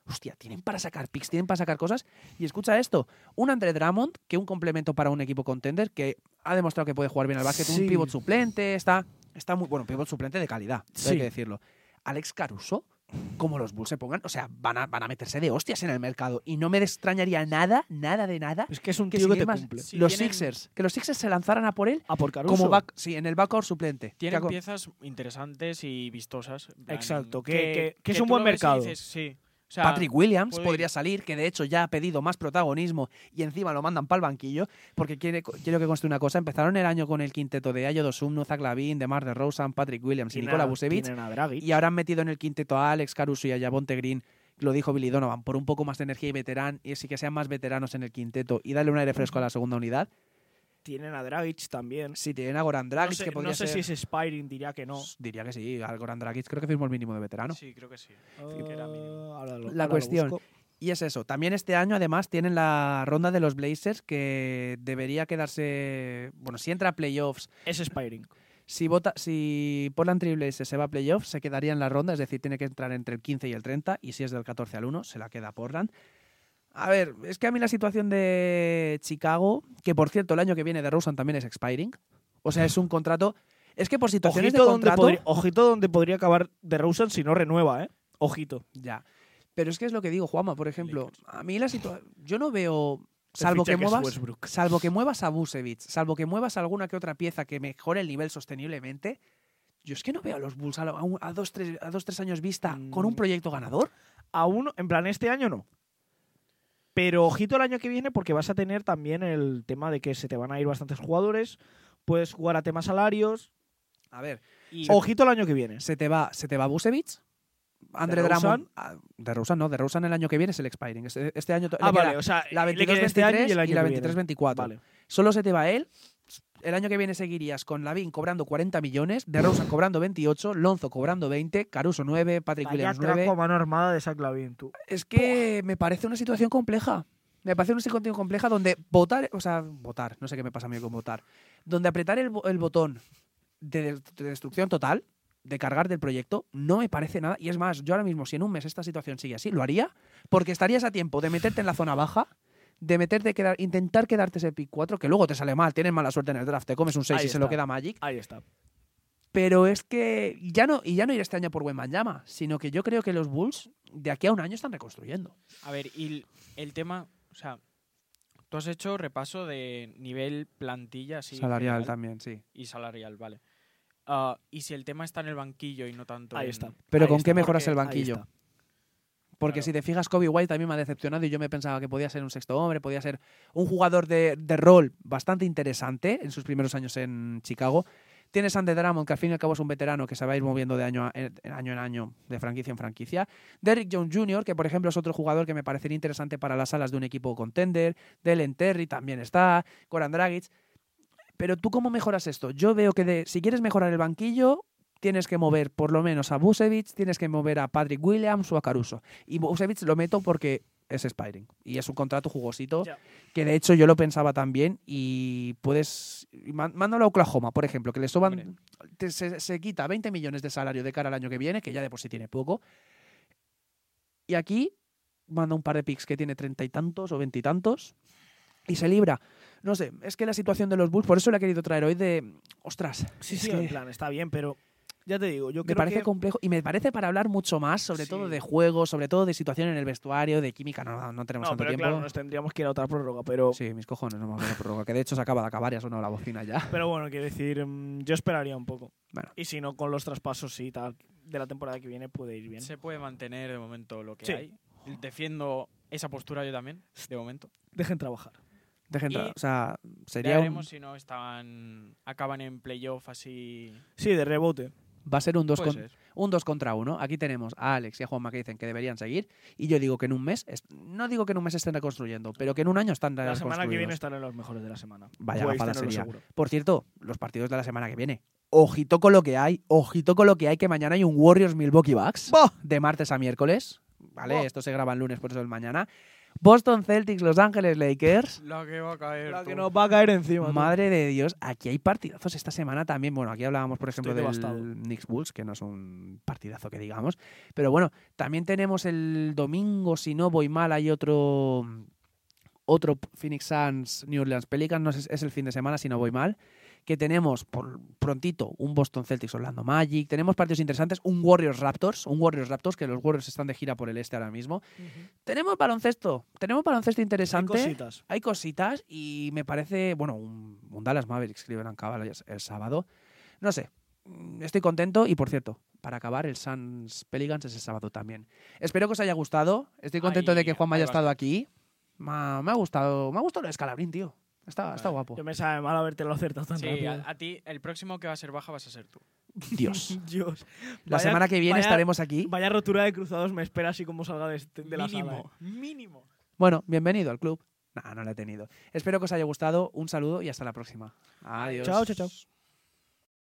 hostia, tienen para sacar picks, tienen para sacar cosas. Y escucha esto, un Andre Drummond, que un complemento para un equipo contender, que ha demostrado que puede jugar bien al básquet, Sí. un pivot suplente, está muy bueno, pivot suplente de calidad, Sí. hay que decirlo. Alex Caruso, como los Bulls se pongan, o sea, van a meterse de hostias en el mercado. Y no me extrañaría nada de nada. Es que es un que tío que sin te ir más, cumple. Sí, los tienen- Sixers, que los Sixers se lanzaran a por él A por Caruso. como en el backcourt suplente. Tienen Que ha- piezas interesantes y vistosas. En plan, Exacto, que es un tú buen lo ves y mercado. dices, sí. O sea, Patrick Williams puede podría ir. salir, que de hecho ya ha pedido más protagonismo y encima lo mandan para el banquillo, porque quiero que conste una cosa. Empezaron el año con el quinteto de Ayo Dosunmu, Zach LaVine, DeMar DeRozan, Patrick Williams y Nikola Vucevic, Tienen a Dragic. y ahora han metido en el quinteto a Alex Caruso y a Javonte Green, lo dijo Billy Donovan, por un poco más de energía y veterán, y así que sean más veteranos en el quinteto y darle un aire fresco a la segunda unidad. Tienen a Dragic también. Si tienen a Goran Dragic, que podría no sé ser... si es Spiring, diría que no. Diría que sí, al Goran Dragic creo que firmó el mínimo de veterano. Sí, creo que sí. Ah, que era mínimo. La cuestión. busco. Y es eso. También este año, además, tienen la ronda de los Blazers que debería quedarse. Bueno, si entra a playoffs, Es Spiring. si Portland Trail Blazers se va a playoffs, se quedaría en la ronda, es decir, tiene que entrar entre el 15 y el 30, y si es del 14 al 1, se la queda Portland. A ver, es que a mí la situación de Chicago, que por cierto, el año que viene de DeRozan también es expiring. O sea, es un contrato. Es que por situaciones Ojito de donde, contrato. ojito donde podría acabar DeRozan si no renueva, ¿eh? Ojito. Ya. Pero es que es lo que digo, Juanma, por ejemplo, a mí la situación. Yo no veo. El Salvo que, fichaje es muevas, Westbrook. salvo que muevas a Vucevic, salvo que muevas alguna que otra pieza que mejore el nivel sosteniblemente, yo es que no veo a los Bulls a 2-3 años vista con un proyecto ganador. A uno, en plan, este año no. Pero ojito el año que viene porque vas a tener también el tema de que se te van a ir bastantes jugadores, puedes jugar a temas salarios. A ver, Y Ojito el año que viene. se te va Vucevic, Andre DeRozan. Drummond. DeRozan el año que viene es el expiring. Este año Ah, le vale, queda o sea, la le queda este 22-23 año y el año la que viene. 23-24. Vale. Solo se te va él. El año que viene seguirías con LaVine cobrando 40 millones, DeRozan cobrando 28, Lonzo cobrando 20, Caruso 9, Patrick Williams 9. a mano armada de Zach LaVine, tú. Es que me parece una situación compleja. Me parece una situación compleja donde votar, no sé qué me pasa a mí con votar, donde apretar el botón de destrucción total, de cargar del proyecto, no me parece nada. Y es más, yo ahora mismo, si en un mes esta situación sigue así, lo haría, porque estarías a tiempo de meterte en la zona baja, de intentar quedarte ese pick 4, que luego te sale mal, tienes mala suerte en el draft, te comes un 6 Ahí y se lo está. queda Magic. Ahí está. Pero es que ya no iré este año por Wembanyama, sino que yo creo que los Bulls de aquí a un año están reconstruyendo. A ver, y el tema, o sea, tú has hecho repaso de nivel plantilla, así, Salarial general, también, sí. y salarial, vale. Y si el tema está en el banquillo y no tanto Ahí en- está. Pero Ahí ¿con está, qué mejoras porque el ahí banquillo? está. Porque Claro. si te fijas, Kobe White también me ha decepcionado y yo me pensaba que podía ser un sexto hombre, podía ser un jugador de rol bastante interesante en sus primeros años en Chicago. Tienes a Andre Drummond, que al fin y al cabo es un veterano que se va a ir moviendo de año en año, de franquicia en franquicia. Derrick Jones Jr., que por ejemplo es otro jugador que me parecería interesante para las alas de un equipo contender. Delen Terry también está. Goran Dragic. Pero ¿tú cómo mejoras esto? Yo veo que si quieres mejorar el banquillo, tienes que mover por lo menos a Vucevic, tienes que mover a Patrick Williams o a Caruso. Y Vucevic lo meto porque es expiring y es un contrato jugosito Ya. que de hecho yo lo pensaba también y puedes... Mándalo a Oklahoma, por ejemplo, que le soban... Se quita 20 millones de salario de cara al año que viene, que ya de por sí tiene poco. Y aquí manda un par de picks que tiene 30 y tantos o 20 y tantos y se libra. No sé, es que la situación de los Bulls, por eso le he querido traer hoy de... Ostras, Sí, es sí, que en plan, está bien, pero ya te digo, yo me creo parece que complejo y me parece para hablar mucho más, sobre Sí. todo de juegos, sobre todo de situación en el vestuario, de química. No tenemos no, tanto pero tiempo. claro, nos tendríamos que ir a otra prórroga, pero Sí, mis cojones, no me acuerdo prórroga, que de hecho se acaba de acabar y ha sonado la bocina ya. pero bueno, quiero decir, yo esperaría un poco. Bueno. Y si no, con los traspasos y tal de la temporada que viene puede ir bien. Se puede mantener de momento lo que Sí. hay. Defiendo esa postura yo también, de momento. Dejen trabajar. Dejen Y o sea, Ya sería veremos si no acaban en playoff así. Sí, de rebote. va a ser un 2 Puede ser. contra 1. Aquí tenemos a Alex y a Juanma que dicen que deberían seguir y yo digo que en un mes, no digo que en un mes estén reconstruyendo, pero que en un año están La semana que reconstruidos. viene estarán los mejores de la semana. Vaya Podéis gafada tenerlo sería. seguro. Por cierto, los partidos de la semana que viene. Ojito con lo que hay, que mañana hay un Warriors Milwaukee Bucks ¡Bah! de martes a miércoles. ¿Vale? ¡Bah! Esto se graba el lunes, por eso el mañana. Boston Celtics, Los Ángeles Lakers. La que va a caer. La tú. que nos va a caer encima. tú. Madre de Dios, aquí hay partidazos esta semana también. Bueno, aquí hablábamos, por ejemplo, Estoy del devastado. Knicks Bulls, que no es un partidazo que digamos. Pero bueno, también tenemos el domingo, si no voy mal, hay otro Phoenix Suns, New Orleans Pelicans, no sé, es el fin de semana, si no voy mal. Que tenemos por prontito un Boston Celtics Orlando Magic, tenemos partidos interesantes, un Warriors Raptors, que los Warriors están de gira por el este ahora mismo. Tenemos baloncesto interesante. Hay cositas y me parece, bueno, un Dallas Mavericks Cleveland Cavaliers el sábado. No sé, estoy contento y por cierto, para acabar el Suns Pelicans es el sábado también. Espero que os haya gustado, estoy contento de que Juanma haya estado aquí. Me ha gustado lo de Scalabrín, tío. Está guapo. Yo me sabe mal haberte lo acertado tan Sí, rápido. a ti el próximo que va a ser baja vas a ser tú. Dios. Dios. La semana que viene estaremos aquí. Vaya rotura de cruzados me espera así como salga de la Mínimo, sala. mínimo. Bueno, bienvenido al club. No lo he tenido. Espero que os haya gustado. Un saludo y hasta la próxima. Adiós. Chao, chao, chao.